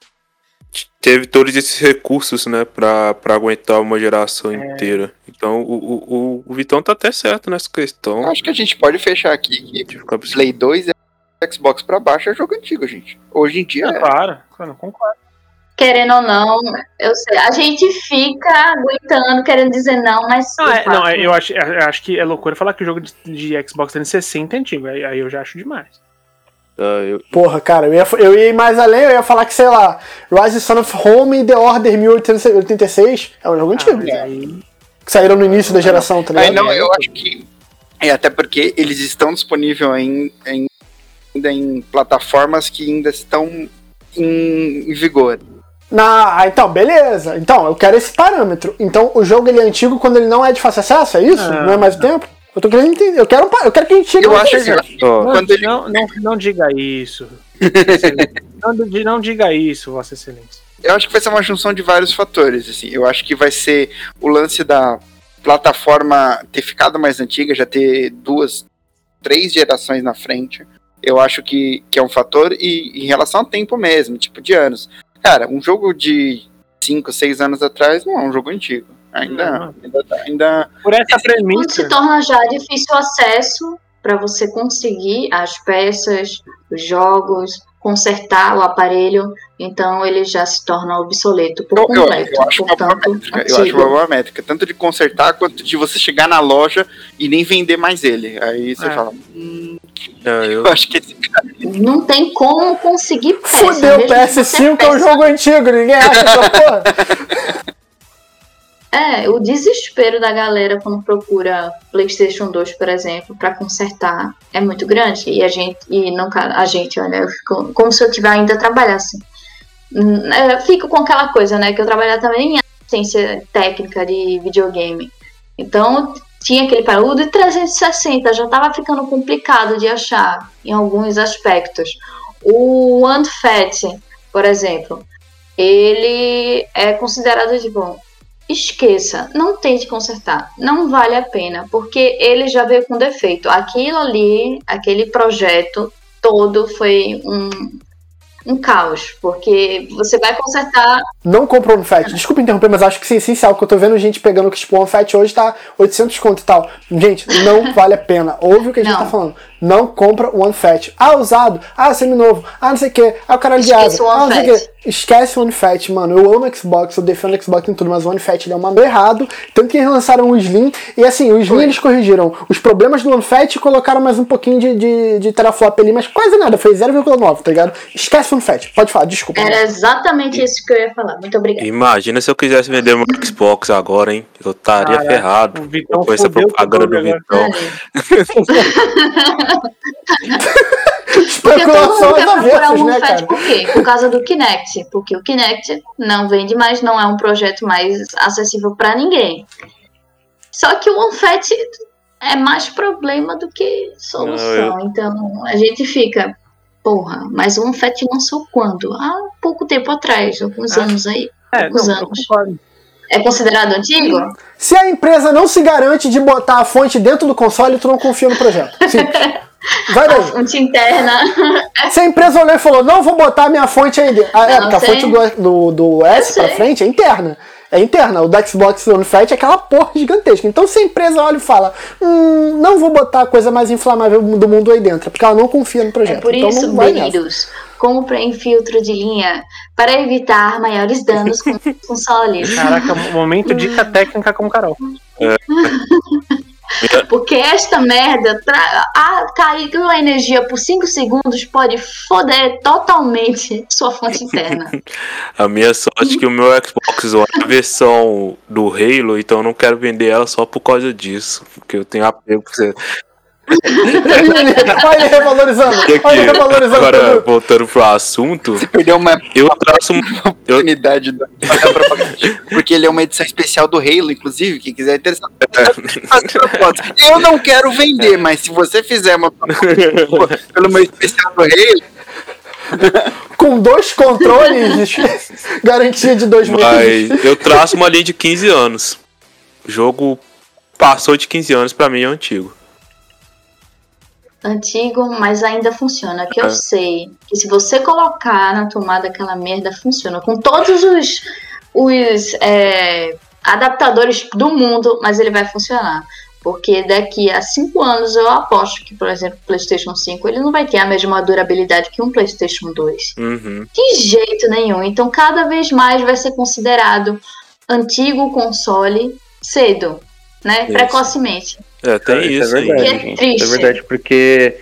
teve todos esses recursos, né, pra, pra aguentar uma geração é... inteira. Então, o, o, o Vitão tá até certo nessa questão. Acho que a gente pode fechar aqui que Play dois e Xbox pra baixo é jogo antigo, gente. Hoje em dia é. Claro, claro, concordo. Querendo ou não, eu sei, a gente fica aguentando, querendo dizer não, mas... Não, é, não eu, acho, eu acho que é loucura falar que o jogo de, de Xbox trezentos e sessenta é antigo, aí, aí eu já acho demais. Uh, eu... Porra, cara, eu ia, eu ia ir mais além, eu ia falar que, sei lá, Rise Son of Home e The Order mil oitocentos e oitenta e seis é um jogo ah, antigo. Aí... Que saíram no início da geração, tá ligado? Aí não, eu acho que... É, até porque eles estão disponíveis em, em, ainda em plataformas que ainda estão em, em vigor. Na, então, beleza. Então, eu quero esse parâmetro. Então, o jogo ele é antigo quando ele não é de fácil acesso, é isso? Não, não é mais o tempo? Eu tô querendo entender. Eu quero, eu quero que a gente chegue eu acho que não, quando ele... não, não, não diga isso. não, não diga isso, Vossa Excelência. Eu acho que vai ser uma junção de vários fatores. Assim. Eu acho que vai ser o lance da plataforma ter ficado mais antiga, já ter duas, três gerações na frente. Eu acho que, que é um fator. E em relação ao tempo mesmo, tipo de anos. Cara, um jogo de cinco, seis anos atrás não é um jogo antigo. Ainda, ainda, ainda... Por essa premissa... Quando se torna já difícil o acesso para você conseguir as peças, os jogos, consertar o aparelho, então ele já se torna obsoleto por eu, completo. Eu, eu, acho uma boa métrica, eu acho uma boa métrica, tanto de consertar quanto de você chegar na loja e nem vender mais ele. Aí você é. fala... Hum, é, eu... eu acho que esse cara... Não tem como conseguir peça. Fudeu, o P S cinco é um jogo antigo, ninguém acha essa porra. É, o desespero da galera quando procura PlayStation dois, por exemplo, para consertar é muito grande. E a gente, e não, a gente, olha, eu fico como se eu tivesse ainda trabalhasse. Eu fico com aquela coisa, né, que eu trabalhava também em assistência técnica de videogame. Então, tinha aquele parâmetro de trezentos e sessenta, já tava ficando complicado de achar em alguns aspectos. O One Fat, por exemplo, ele é considerado de bom. Esqueça, não tente consertar, não vale a pena, porque ele já veio com defeito. Aquilo ali, aquele projeto todo foi um, um caos, porque você vai consertar... Não comprou no Fat, desculpa interromper, mas acho que isso é essencial, porque eu tô vendo gente pegando que tipo, o Fat hoje tá oitocentos conto e tal. Gente, não vale a pena, ouve o que a gente não. tá falando. Não compra o One Fat. Ah, usado, ah, seminovo, ah, não sei o que, ah, o caralho de asa, ah, não sei o que. esquece o OneFat, mano. Eu amo Xbox, eu defendo o Xbox em tudo, mas o OneFat ele é um mano errado. Tanto que eles lançaram o Slim, e assim, o Slim eles corrigiram os problemas do OneFat e colocaram mais um pouquinho de, de, de teraflop ali, mas quase nada, foi zero vírgula nove, tá ligado? Esquece o OneFat, pode falar, desculpa. Era exatamente isso que eu ia falar, muito obrigada. Imagina se eu quisesse vender meu Xbox agora, hein? Eu estaria Caraca, ferrado o Vitão com essa fudeu propaganda tudo do agora. Vitão. Porque todo Especulação mundo quer às procurar avessas, um né, OneFat cara? por quê? Por causa do Kinect. Porque o Kinect não vende mais, não é um projeto mais acessível para ninguém. Só que o OneFat é mais problema do que solução. Não, eu- Então a gente fica, porra, mas o OneFat lançou quando? Há pouco tempo atrás, alguns Ah, anos aí. É, Poucos não, eu anos. concordo. É considerado antigo? Se a empresa não se garante de botar a fonte dentro do console, tu não confia no projeto. Simples. Vai A daí. fonte interna. Se a empresa olhou e falou, não vou botar a minha fonte aí dentro. Ah, é, Não, porque a sei. fonte do, do, do S pra sei. frente é interna. É interna. O do Xbox One Fat é aquela porra gigantesca. Então se a empresa olha e fala, hum, não vou botar a coisa mais inflamável do mundo aí dentro, é porque ela não confia no projeto. É por então, isso, não vai nessa. queridos, comprem filtro de linha para evitar maiores danos com consoles. Caraca, momento dica técnica com o Carol. Porque esta merda, tra- a, caiu a energia por cinco segundos, pode foder totalmente sua fonte interna. A minha sorte é que o meu Xbox One é a versão do Halo, então eu não quero vender ela só por causa disso. Porque eu tenho apego pra você. Olha ele revalorizando. E aqui, Olha ele revalorizando. agora, tudo. voltando pro assunto, Você perdeu uma eu traço. Eu, oportunidade da da propaganda. Porque ele é uma edição especial do Halo, inclusive. Quem quiser interessar. Eu não quero vender, mas se você fizer uma propaganda pelo meu especial do Halo, Com dois controles, garantia de dois meses. mas eu traço uma linha de quinze anos. O jogo passou de quinze anos, pra mim é antigo. Antigo, mas ainda funciona. Que eu É. sei que se você colocar na tomada aquela merda, funciona. Com todos os, os é, adaptadores do mundo, mas ele vai funcionar. Porque daqui a cinco anos eu aposto que, por exemplo, o PlayStation cinco ele não vai ter a mesma durabilidade que um PlayStation dois. Uhum. De jeito nenhum. Então, cada vez mais vai ser considerado antigo console cedo, né? Isso. Precocemente. É, tem isso, é aí. verdade, Que é gente. triste. Isso é verdade, porque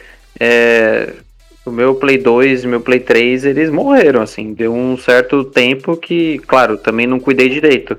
é, o meu Play dois e meu Play três, eles morreram, assim. Deu um certo tempo que, claro, também não cuidei direito.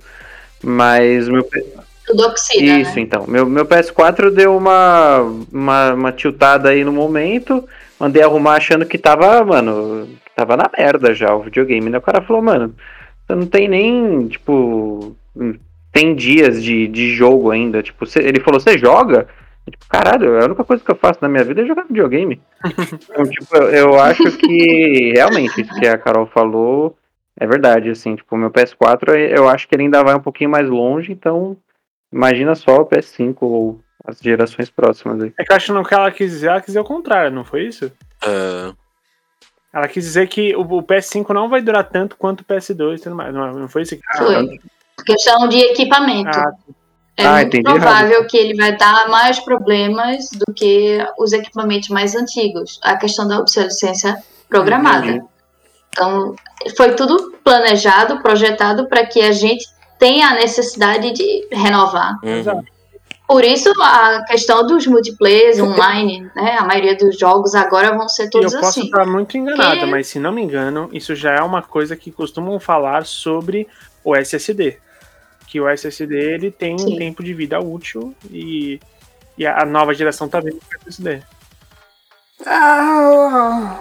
Mas meu... Tudo oxida, Isso, né? então. Meu, meu P S quatro deu uma, uma, uma tiltada aí no momento. Mandei arrumar achando que tava, mano, tava na merda já o videogame. Né? O cara falou, mano, você não tem nem, tipo, tem dias de, de jogo ainda. Tipo, cê, ele falou, você joga? Eu, tipo, caralho, a única coisa que eu faço na minha vida é jogar videogame. Então, tipo, eu, eu acho que realmente isso que a Carol falou é verdade, assim. Tipo, o meu P S quatro, eu acho que ele ainda vai um pouquinho mais longe, então... Imagina só o P S cinco ou as gerações próximas aí. É que eu acho que no que ela quis dizer, ela quis dizer o contrário, não foi isso? É, Ela quis dizer que o, o P S cinco não vai durar tanto quanto o P S dois e tudo mais. Não, não foi isso? Que... Foi. Questão de equipamento. Ah, É Ah, muito entendi provável errado. que ele vai dar mais problemas do que os equipamentos mais antigos. A questão da obsolescência programada. Entendi. Então, foi tudo planejado, projetado para que a gente tenha a necessidade de renovar. uhum. Por isso, a questão dos multiplayers online, né? A maioria dos jogos agora vão ser e eu todos posso assim. estar muito enganada, Que- mas se não me engano, isso já é uma coisa que costumam falar sobre o S S D. Que o S S D ele tem Sim. um tempo de vida útil e, e a nova geração tá vindo com o S S D. Ah,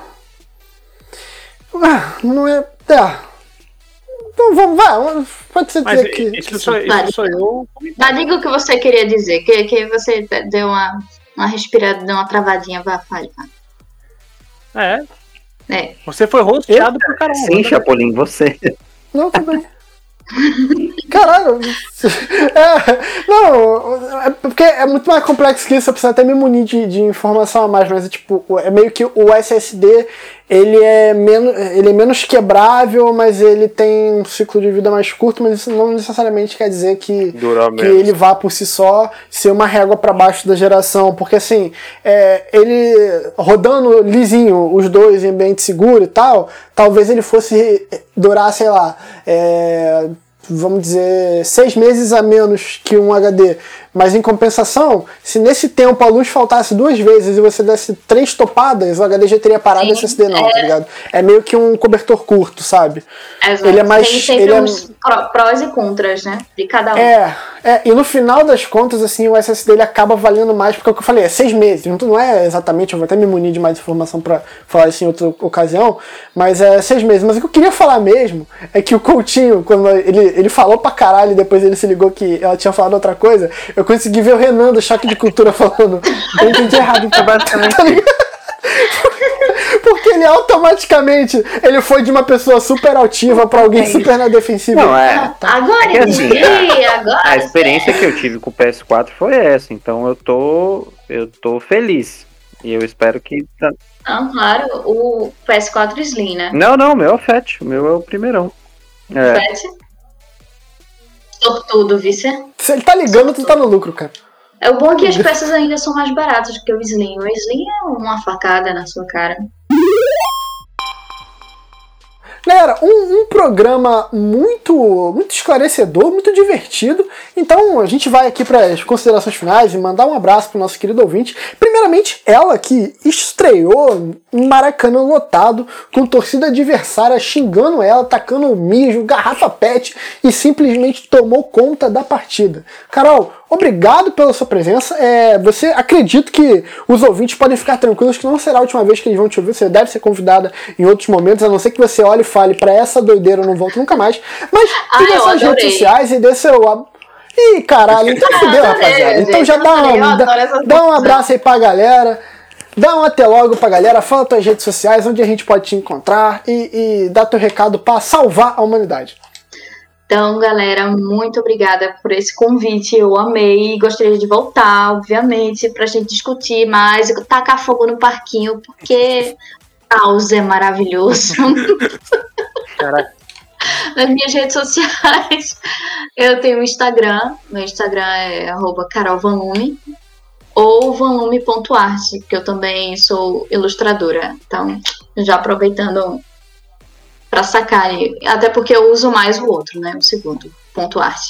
ah, não é. É. Então vamos, vai. Pode ser Mas dizer que. isso, sou, isso sou eu. Mas diga o que você queria dizer, que, que você deu uma, uma respirada, deu uma travadinha, vai, fale. vai. É. É. Você foi rosteado por caramba. Sim, Chapolin, você. Não, tudo bem. Caralho. É, não, é porque é muito mais complexo que isso, eu preciso até me munir de, de informação a mais, mas é tipo, é meio que o S S D, ele é, menos, ele é menos quebrável, mas ele tem um ciclo de vida mais curto, mas isso não necessariamente quer dizer que, que ele vá por si só ser uma régua para baixo da geração, porque assim, é, ele rodando lisinho, os dois em ambiente seguro e tal, talvez ele fosse durar, sei lá, é, vamos dizer, seis meses a menos que um H D. Mas em compensação, se nesse tempo a luz faltasse duas vezes e você desse três topadas, o H D já teria parado esse S S D não, é... tá ligado? É meio que um cobertor curto, sabe? Exato. Ele é mais... Tem sempre ele uns é... prós e contras, né? De cada um. É, é, e no final das contas, assim, o S S D ele acaba valendo mais, porque é o que eu falei, é seis meses. Não é exatamente, eu vou até me munir de mais informação pra falar isso em outra ocasião, mas é seis meses. Mas o que eu queria falar mesmo é que o Coutinho, quando ele, ele falou pra caralho e depois ele se ligou que ela tinha falado outra coisa, eu consegui ver o Renan do Choque de Cultura falando. Eu entendi errado, então basicamente. Porque ele automaticamente ele foi de uma pessoa super altiva pra alguém super na defensiva. Não, é. Agora é que, assim, entendi, agora. A experiência que eu tive com o P S quatro foi essa, então eu tô. Eu tô feliz. E eu espero que. Não, claro, o P S quatro Slim, né? Não, não, o meu é o Fat, o meu é o primeirão. É. Fat? Sortudo, vice. Se ele tá ligando, tu tá no lucro, cara. É o bom é que as peças ainda são mais baratas do que o Slim. O Slim é uma facada na sua cara. Galera, um, um programa muito, muito esclarecedor, muito divertido. Então a gente vai aqui para as considerações finais e mandar um abraço para o nosso querido ouvinte. Primeiramente, ela que estreou em Maracanã lotado, com torcida adversária xingando ela, tacando mijo, garrafa pet e simplesmente tomou conta da partida. Carol, obrigado pela sua presença. É, você acredito que os ouvintes podem ficar tranquilos que não será a última vez que eles vão te ouvir. Você deve ser convidada em outros momentos, a não ser que você olhe e fale pra essa doideira eu não volto nunca mais. Mas siga suas redes sociais e dê seu... Ih, caralho, então fudeu, rapaziada. Então já dá um, dá, dá um abraço aí pra galera. Dá um até logo pra galera. Fala tuas redes sociais, onde a gente pode te encontrar. E, e dá teu recado pra salvar a humanidade. Então, galera, muito obrigada por esse convite. Eu amei. Gostaria de voltar, obviamente, pra gente discutir mais e tacar fogo no parquinho, porque caos é maravilhoso. Caraca. Nas minhas redes sociais, eu tenho o Instagram. Meu Instagram é arroba carolvanlume ou vanlume ponto art, que eu também sou ilustradora. Então, já aproveitando para sacar, até porque eu uso mais o outro, né? O segundo, ponto art.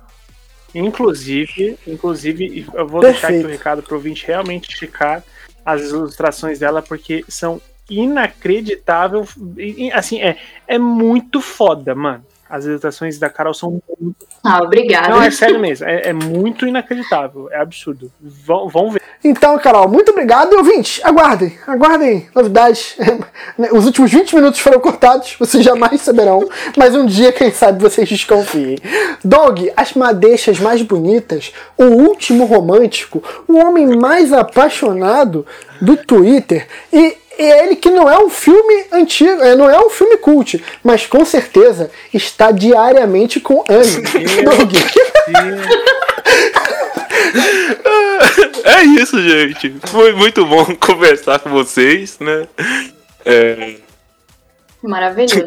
Inclusive, inclusive, eu vou Perfeito. deixar aqui o recado pro ouvinte realmente checar as ilustrações dela, porque são inacreditável, assim, é, é muito foda, mano. As ilustrações da Carol são muito... Ah, obrigada. Não, é sério mesmo, é, é muito inacreditável, é absurdo. Vão, vão ver. Então, Carol, muito obrigado. E ouvintes, aguardem, aguardem novidades. Os últimos vinte minutos foram cortados, vocês jamais saberão, mas um dia, quem sabe, vocês desconfiem. Doug, as madeixas mais bonitas, o último romântico, o homem mais apaixonado do Twitter e é ele que não é um filme antigo, não é um filme cult, mas com certeza está diariamente com ânimo. Doug. É isso, gente. Foi muito bom conversar com vocês, né? É... Maravilhoso.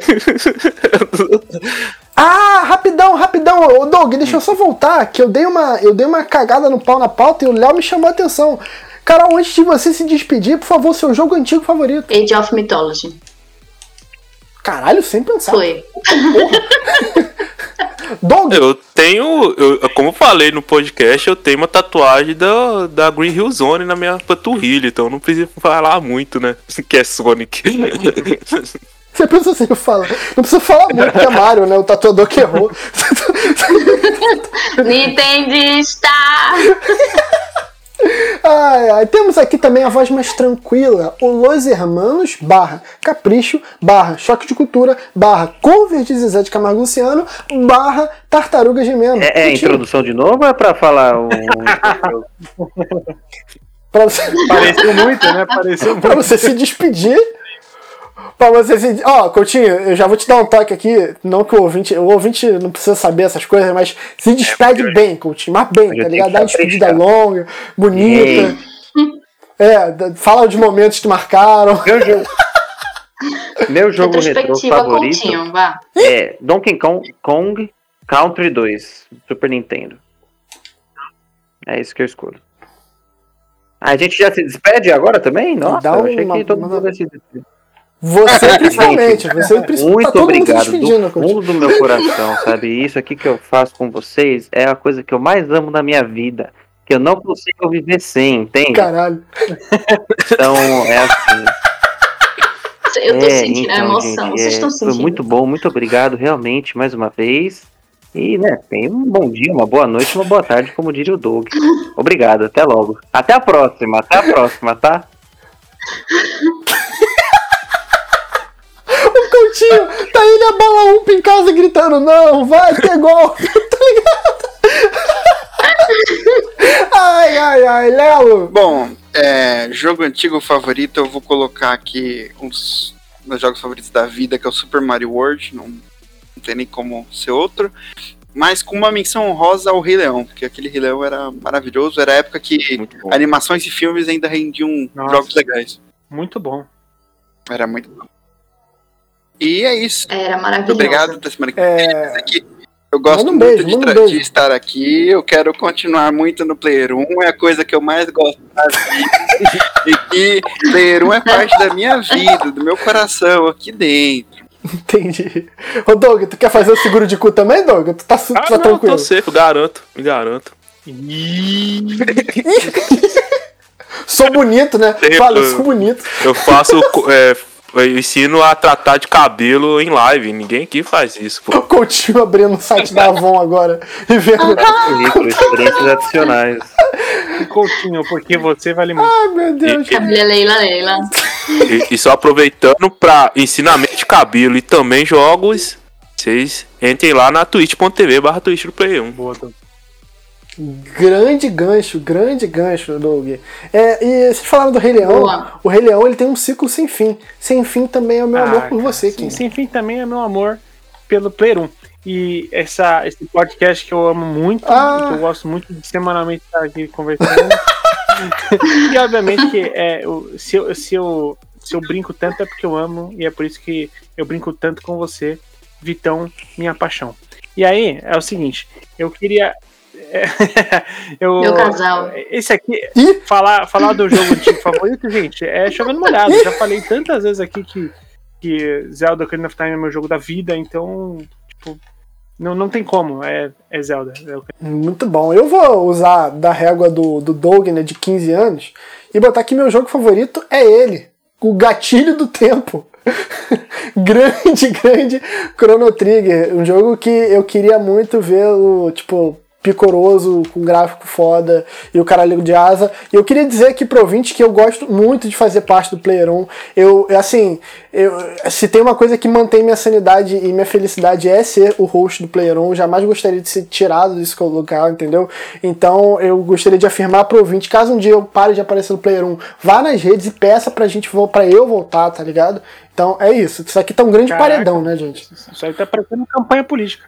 Ah, rapidão, rapidão. Ô, Doug, deixa eu só voltar, que eu dei uma, eu dei uma cagada no pau na pauta e o Léo me chamou a atenção. Carol, antes de você se despedir, por favor, seu jogo antigo favorito. Age of Mythology. Caralho, sem pensar. Foi. Doug. Eu tenho, eu, como eu falei no podcast, eu tenho uma tatuagem da, da Green Hill Zone na minha panturrilha, então não precisa falar muito, né? Que é Sonic. Você pensa assim, eu falo. Não precisa falar muito, que é Mario, né? O tatuador que errou. Nintendista! Ai, ai. Temos aqui também a voz mais tranquila, o Los Hermanos, barra Capricho, barra Choque de Cultura, barra Cover de Zezé de Camargo Luciano, barra Tartaruga Gemendo. É, é a introdução de novo ou é pra falar o... pra você... Pareceu muito, né? Pareceu muito. Pra você se despedir. Pra você se... Ó, Coutinho, eu já vou te dar um toque aqui. Não que o ouvinte... O ouvinte não precisa saber essas coisas, mas se despede é, bem, Coutinho. Mas bem, tá ligado? Dá uma despedida longa, bonita. Ei. É, fala de momentos que marcaram. Meu jogo retrô Retrospectiva favorito Coutinho, vá. é Donkey Kong, Kong Country dois, Super Nintendo. É isso que eu escolho. A gente já se despede agora também? Nossa, Dá eu achei uma- que todo uma- mundo ia se despedir. Você principalmente, você principalmente. Muito Tá todo mundo se obrigado despedindo, do fundo do meu coração, sabe? Isso aqui que eu faço com vocês é a coisa que eu mais amo na minha vida, que eu não consigo viver sem, entende? Caralho. Então, é assim. Eu tô É, sentindo a então, emoção, gente, vocês é, estão foi sentindo. muito bom, muito obrigado realmente mais uma vez. E, né, tenha um bom dia, uma boa noite, uma boa tarde, como diria o Doug. Obrigado, até logo. Até a próxima, até a próxima, tá? O Coutinho tá ele a bala umpa em casa gritando: não, vai ter golpe, tá ligado? Ai, ai, ai, Lelo. Bom, é, jogo antigo favorito, eu vou colocar aqui uns meus jogos favoritos da vida, que é o Super Mario World, não, não tem nem como ser outro, mas com uma menção honrosa ao Rei Leão, porque aquele Rei Leão era maravilhoso, era a época que Muito bom. animações e filmes ainda rendiam Nossa. jogos legais. Muito bom. Era muito bom. E é isso. Era Muito maravilhoso. obrigado por semana que É, aqui. Eu gosto Manda um muito beijo, de, manda um tra- beijo. de estar aqui. Eu quero continuar muito no Player um. É a coisa que eu mais gosto da vida. E que Player um é parte da minha vida, do meu coração aqui dentro. entendi. Ô, Doug, tu quer fazer o seguro de cu também, Doug? Tu tá, tu Ah, tá não, tranquilo? tô safe, garanto, me garanto. Sou bonito, né? Tem- Fala, eu sou bonito. Eu faço, é, eu ensino a tratar de cabelo em live, ninguém aqui faz isso, pô. O Coutinho abrindo o site da Avon agora e vendo. Currículo, experiências adicionais. E Coutinho, porque você vale muito. Ai, meu Deus. E- Leila, Leila, Leila. E, e só aproveitando pra ensinamento de cabelo e também jogos, vocês entrem lá na twitch ponto tv barra twitch do Play um. Boa, Doug. Grande gancho, grande gancho, Doug. É, e vocês falaram do Rei Leão. Boa. O Rei Leão ele tem um ciclo sem fim. Sem fim também é o meu Ah, amor por cara, você, sim, Kim. sem fim também é meu amor pelo Player um. E essa, esse podcast que eu amo muito, Ah. e que eu gosto muito de semanalmente estar aqui conversando. E obviamente que é, o- se, eu, se, eu, se eu brinco tanto é porque eu amo, e é por isso que eu brinco tanto com você, Vitão, minha paixão. E aí, é o seguinte, eu queria. é, eu, Meu casal. Esse aqui, Ih! falar, falar do jogo antigo favorito, gente, é chovendo molhado. Eu já falei tantas vezes aqui que, que Zelda Ocarina of Time é meu jogo da vida, então, tipo, não, não tem como, é, é Zelda. É o- Muito bom. Eu vou usar da régua do, do Doug, né, de quinze anos, e botar que meu jogo favorito é ele. O Gatilho do Tempo. grande, grande Chrono Trigger. Um jogo que eu queria muito vê-lo, tipo, picoroso, com gráfico foda e o caralho de asa. E eu queria dizer aqui pro ouvinte que eu gosto muito de fazer parte do Player um. Eu, assim, eu, se tem uma coisa que mantém minha sanidade e minha felicidade é ser o host do Player um, eu jamais gostaria de ser tirado desse lugar, entendeu? Então eu gostaria de afirmar pro ouvinte, caso um dia eu pare de aparecer no Player um, vá nas redes e peça pra gente, pra eu voltar, tá ligado? Então é isso. Isso aqui tá um grande Caraca. paredão, né, gente? Isso aí tá parecendo campanha política.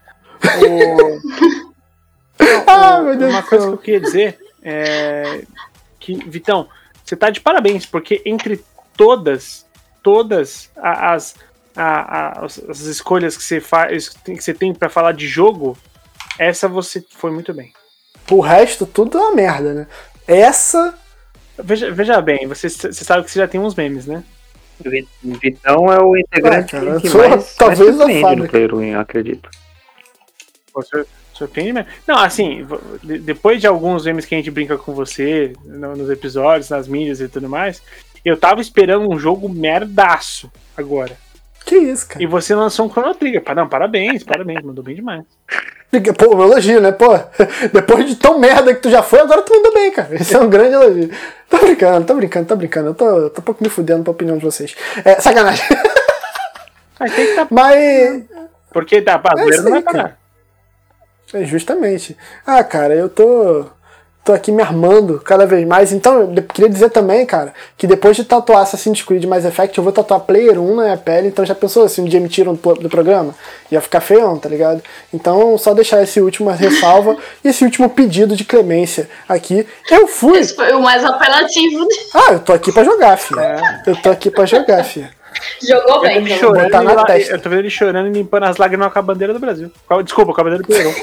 O- Ah, o- meu Deus uma do coisa céu. que eu queria dizer é que, Vitão, você tá de parabéns, porque entre todas, todas a- as, a- a- as, as escolhas que você faz, que você tem pra falar de jogo, essa você foi muito bem. O resto, tudo é uma merda, né? Essa. Veja, veja bem, você, você sabe que você já tem uns memes, né? O Vitão é o integrante Ah, cara, eu que sou mais, talvez mais a surpreende no fábrica. Player um, eu acredito. Pô, sur- Surpreende mesmo. Não, assim, v- de- depois de alguns memes que a gente brinca com você no- nos episódios, nas mídias e tudo mais, eu tava esperando um jogo merdaço agora. Que isso, cara? E você lançou um Chrono Trigger. Pa- Não, parabéns, parabéns, mandou bem demais. Pô, um elogio, né? Pô, depois de tão merda que tu já foi, agora tu manda bem, cara. Isso é um grande elogio. Tô brincando, tô brincando, tô brincando. Eu tô, eu tô um pouco me fudendo pra opinião de vocês. É, sacanagem. Mas tem que tá. Mas. Porque da É brasileiro isso não vai aí, cara. parar. É, justamente. Ah, cara, eu tô. Tô aqui me armando cada vez mais. Então, eu de- queria dizer também, cara, que depois de tatuar Assassin's Creed e Mass Effect, eu vou tatuar Player um na minha pele. Então, já pensou se um dia me tiram do, do programa? Ia ficar feião, tá ligado? Então, só deixar esse último ressalva e esse último pedido de clemência aqui. Eu fui. Esse foi o mais apelativo. Ah, eu tô aqui pra jogar, filho. Eu tô aqui pra jogar, filho. Jogou Eu tô bem, vendo ele jogou bem. chorando, Botar na e lá- testa. eu tô vendo ele chorando e limpando as lágrimas com a bandeira do Brasil. Com a- Desculpa, com a bandeira do Peru.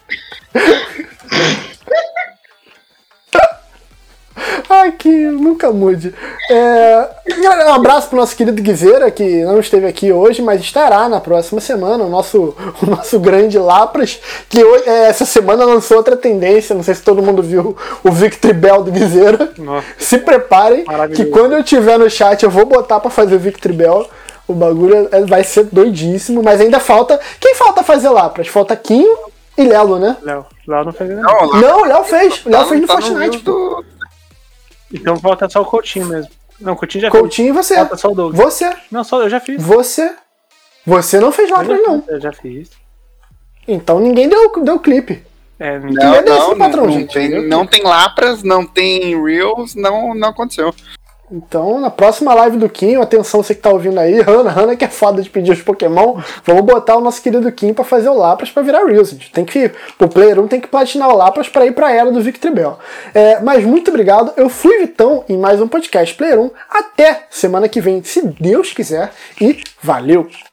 Ai, que nunca mude. É, galera, um abraço pro nosso querido Guizeira, que não esteve aqui hoje, mas estará na próxima semana. O nosso, o nosso grande Lapras, que hoje, é, essa semana lançou outra tendência. Não sei se todo mundo viu o Victory Bell do Guizeira. Nossa. Se preparem, Maravilhoso. que quando eu tiver no chat eu vou botar pra fazer o Victory Bell. O bagulho é- vai ser doidíssimo, mas ainda falta. Quem falta fazer Lapras? Falta Quinho e Lelo, né? Léo, Léo não fez nada. Não, lá Não, o Léo fez. O Léo tá- fez no tá Fortnite. Reels do- Então falta só o Coutinho mesmo. Não, o Coutinho já fez. Coutinho e você. Falta só o Doug. Você. Não, só eu já fiz. Você. Você não fez Eu já Lapras, fiz, não. Eu já fiz. Então ninguém deu, deu clipe. É, ninguém- Não, Cadê esse não, patrão, não, gente? tem, Meu não tem Lapras, não tem Reels, não, não aconteceu. Então, na próxima live do Kim, atenção você que tá ouvindo aí, Hanna, Hanna que é foda de pedir os Pokémon, vamos botar o nosso querido Kim pra fazer o Lapras pra virar Reels. Gente. Tem que, o Player um tem que platinar o Lapras pra ir pra era do Victory Bell. É, mas muito obrigado, eu fui Vitão em mais um podcast Player um. Até semana que vem, se Deus quiser, e valeu!